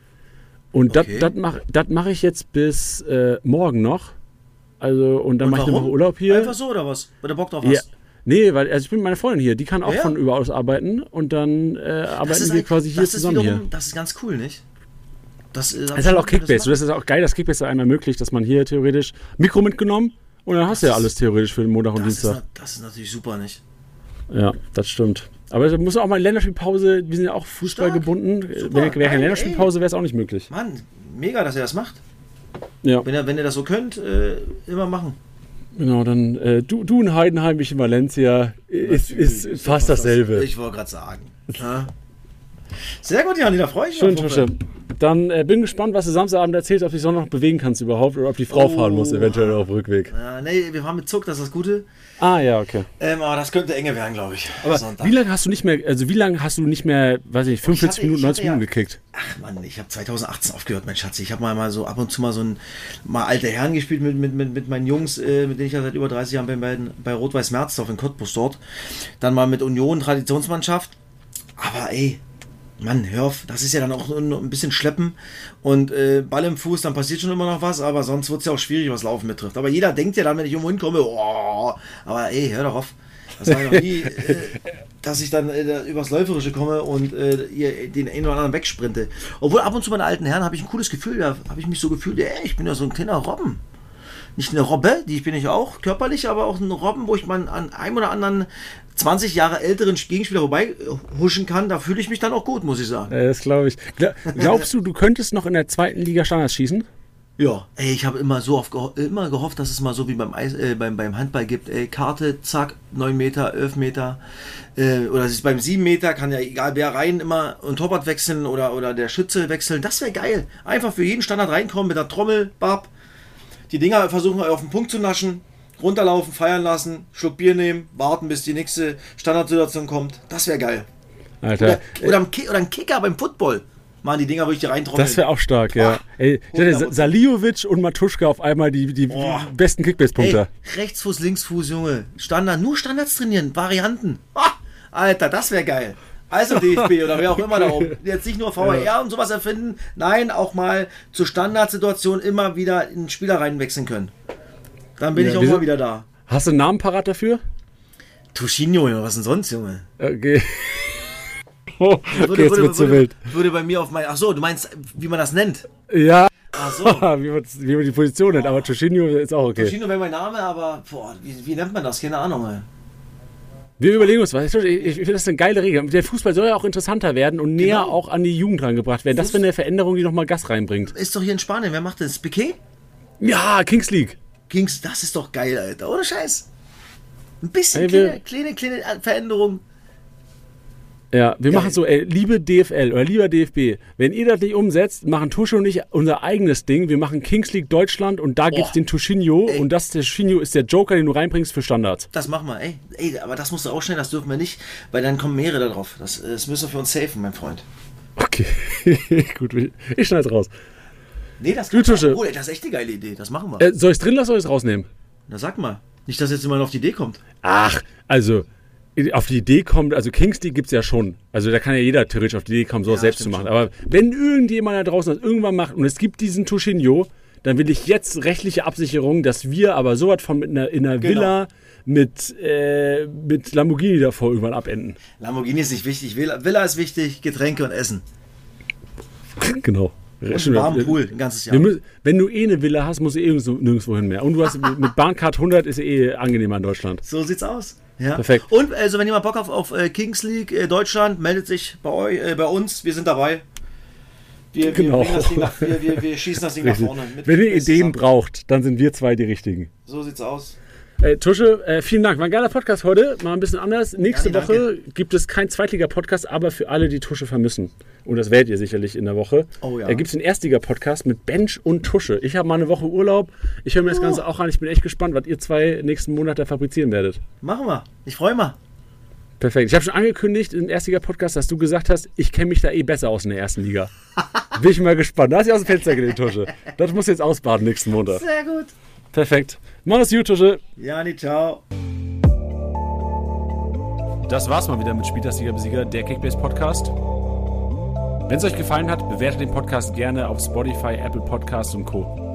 Und okay. das mache mach ich jetzt bis äh, morgen noch. Also, und dann mache ich eine Woche Urlaub hier. Einfach so oder was? Weil du Bock drauf hast? Ja. Nee, weil also ich bin mit meiner Freundin hier, die kann auch ja, ja. von überall aus arbeiten und dann äh, arbeiten wir quasi hier zusammen wiederum, hier. Das ist ganz cool, nicht? Das ist, das ist halt auch Kickbase. Das, das ist auch geil, dass Kickbase einem ermöglicht, dass man hier theoretisch Mikro mitgenommen und dann hast du ja alles theoretisch für den Montag und das Dienstag. Ist, das ist natürlich super, nicht? Ja, das stimmt. Aber da muss auch mal Länderspielpause, wir sind ja auch Fußball Stark. gebunden. Super. Wenn wäre keine Länderspielpause, wäre es auch nicht möglich. Mann, mega, dass ihr das macht. Ja. Wenn ihr, wenn ihr das so könnt, äh, immer machen. Genau, dann äh, du, du in Heidenheim, ich in Valencia, ist, ist, ist fast dasselbe. Das, ich wollte gerade sagen. Ja. Sehr gut, Jani, da freue ich mich. Schön, Tusche. Dann äh, bin gespannt, was du Samstagabend erzählst, ob du dich Sonntag noch bewegen kannst überhaupt oder ob die Frau oh. fahren muss, eventuell auf Rückweg. Ja, nee, wir fahren mit Zug, das ist das Gute. Ah, ja, okay. Ähm, aber das könnte enge werden, glaube ich. Aber Sonntag. Wie lange hast du nicht mehr, also wie lange hast du nicht mehr, weiß ich nicht, fünfundvierzig Minuten, neunzig Minuten ja, gekickt? Ach Mann, ich habe zwanzig achtzehn aufgehört, mein Schatz. Ich habe mal, mal so ab und zu mal so ein, mal alte Herren gespielt mit, mit, mit, mit meinen Jungs, äh, mit denen ich ja seit über dreißig Jahren bin, bei, bei Rot-Weiß Merzdorf in Cottbus dort. Dann mal mit Union, Traditionsmannschaft. Aber ey, Mann, hör auf, das ist ja dann auch ein bisschen schleppen und äh, Ball im Fuß, dann passiert schon immer noch was, aber sonst wird es ja auch schwierig, was Laufen betrifft. Aber jeder denkt ja dann, wenn ich irgendwo hinkomme, oh, aber ey, hör doch auf. Das war noch nie, äh, dass ich dann äh, übers Läuferische komme und äh, ihr den einen oder anderen wegsprinte. Obwohl ab und zu bei den alten Herren habe ich ein cooles Gefühl, da habe ich mich so gefühlt, ey, ich bin ja so ein kleiner Robben. Nicht eine Robbe, die bin ich auch, körperlich, aber auch ein Robben, wo ich mal an einem oder anderen zwanzig Jahre älteren Gegenspieler vorbei huschen kann, da fühle ich mich dann auch gut, muss ich sagen. Ja, das glaube ich. Glaubst du, du könntest noch in der zweiten Liga Standards schießen? Ja, ey, ich habe immer so oft geho- immer gehofft, dass es mal so wie beim, Eis, äh, beim, beim Handball gibt. Ey, Karte, zack, neun Meter, elf Meter. Äh, oder es ist beim sieben Meter, kann ja egal wer rein immer und Torwart wechseln oder, oder der Schütze wechseln. Das wäre geil. Einfach für jeden Standard reinkommen mit der Trommel, Bab. Die Dinger versuchen auf den Punkt zu naschen. Runterlaufen, feiern lassen, Schluck Bier nehmen, warten, bis die nächste Standardsituation kommt. Das wäre geil. Alter. Oder, oder, ein Ki- oder ein Kicker beim Football. Machen die Dinger, wo ich die reintrommeln. Das wäre auch stark, ja. Ey, ich hatte Saliovic und Matuschka auf einmal die, die Oh. besten Kickbase-Punkte. Ey, Rechtsfuß, Linksfuß, Junge. Standard, nur Standards trainieren, Varianten. Ah, Alter, das wäre geil. Also D F B oder wer auch immer da oben. Jetzt nicht nur V R Ja. und sowas erfinden. Nein, auch mal zur Standardsituation immer wieder in den Spieler reinwechseln können. Dann bin Ja, ich auch wieso- mal wieder da. Hast du einen Namen parat dafür? Tuschinho, Junge, was denn sonst, Junge? Okay. Oh, okay, Würde, jetzt würde, wird's würde, zu wild. würde bei mir auf mein... Ach so, du meinst, wie man das nennt? Ja. Ach so. wie, man, wie man die Position nennt, aber Tuschinho ist auch okay. Tuschinho wäre mein Name, aber boah, wie, wie nennt man das? Keine Ahnung, ey. Wir überlegen uns was. Ich, ich finde das eine geile Regel. Der Fußball soll ja auch interessanter werden und näher Genau. auch an die Jugend rangebracht werden. Das wäre eine Veränderung, die nochmal Gas reinbringt. Ist doch hier in Spanien, wer macht das? Piquet? Ja, Kings League. Kings, das ist doch geil, Alter. Ohne Scheiß. Ein bisschen Ey, wir- kleine, kleine, kleine Veränderung. Ja, wir Geil. machen so, ey, liebe D F L oder lieber D F B, wenn ihr das nicht umsetzt, machen Tusche und ich unser eigenes Ding. Wir machen Kings League Deutschland und da gibt's Oh. den Tuschinho Ey. und das der Tuschinho ist der Joker, den du reinbringst für Standards. Das machen wir, ey. Ey, aber das musst du rausschneiden, das dürfen wir nicht, weil dann kommen mehrere da drauf. Das, das müssen wir für uns safen, mein Freund. Okay, gut, ich schneid's raus. Nee, das Du, Tusche. Oh, ey, das ist echt eine geile Idee. Das machen wir. Äh, soll ich's drin lassen oder soll ich's rausnehmen? Na sag mal. Nicht, dass jetzt jemand auf die Idee kommt. Ach, also auf die Idee kommt, also Kings League gibt's ja schon. Also da kann ja jeder theoretisch auf die Idee kommen, sowas Ja, selbst zu stimmt machen. schon. Aber wenn irgendjemand da draußen das irgendwann macht und es gibt diesen Tuschinho, dann will ich jetzt rechtliche Absicherung, dass wir aber sowas von mit einer, in einer Genau. Villa mit, äh, mit Lamborghini davor irgendwann abenden. Lamborghini ist nicht wichtig. Villa, Villa ist wichtig, Getränke und Essen. Genau. Und einen warmen Pool ein ganzes Jahr. Wir müssen, wenn du eh eine Villa hast, musst du eh nirgendwo, nirgendwo hin mehr. Und du hast mit Bahncard hundert ist eh angenehmer in Deutschland. So sieht's aus. Ja. Perfekt. Und also wenn jemand Bock auf, auf äh, Kings League äh, Deutschland, meldet sich bei euch, äh, bei uns. Wir sind dabei. Wir, Genau. wir, bringen das Ding nach, wir, wir, wir schießen das Ding nach vorne. Mit Wenn ihr Kickbase Ideen zusammen. braucht, dann sind wir zwei die richtigen. So sieht's aus. Äh, Tusche, äh, vielen Dank. War ein geiler Podcast heute. Mal ein bisschen anders. Nächste Gerne, Woche gibt es keinen Zweitliga-Podcast, aber für alle, die Tusche vermissen. Und das werdet ihr sicherlich in der Woche. Oh ja. Äh, gibt es den Erstliga-Podcast mit Bench und Tusche. Ich habe mal eine Woche Urlaub. Ich höre mir das Ganze auch an. Ich bin echt gespannt, was ihr zwei nächsten Monate fabrizieren werdet. Machen wir. Ich freue mich. Perfekt. Ich habe schon angekündigt im Erstliga-Podcast, dass du gesagt hast, ich kenne mich da eh besser aus in der ersten Liga. Bin ich mal gespannt. Da hast du aus dem Fenster gelehnt, Tusche. Das muss jetzt ausbaden nächsten Montag. Sehr gut. Perfekt. Mach es gut, Tusche. Jani, ciao. Das war's mal wieder mit Spieltagsliga Besieger, der Kickbase Podcast. Wenn es euch gefallen hat, bewertet den Podcast gerne auf Spotify, Apple Podcasts und Co.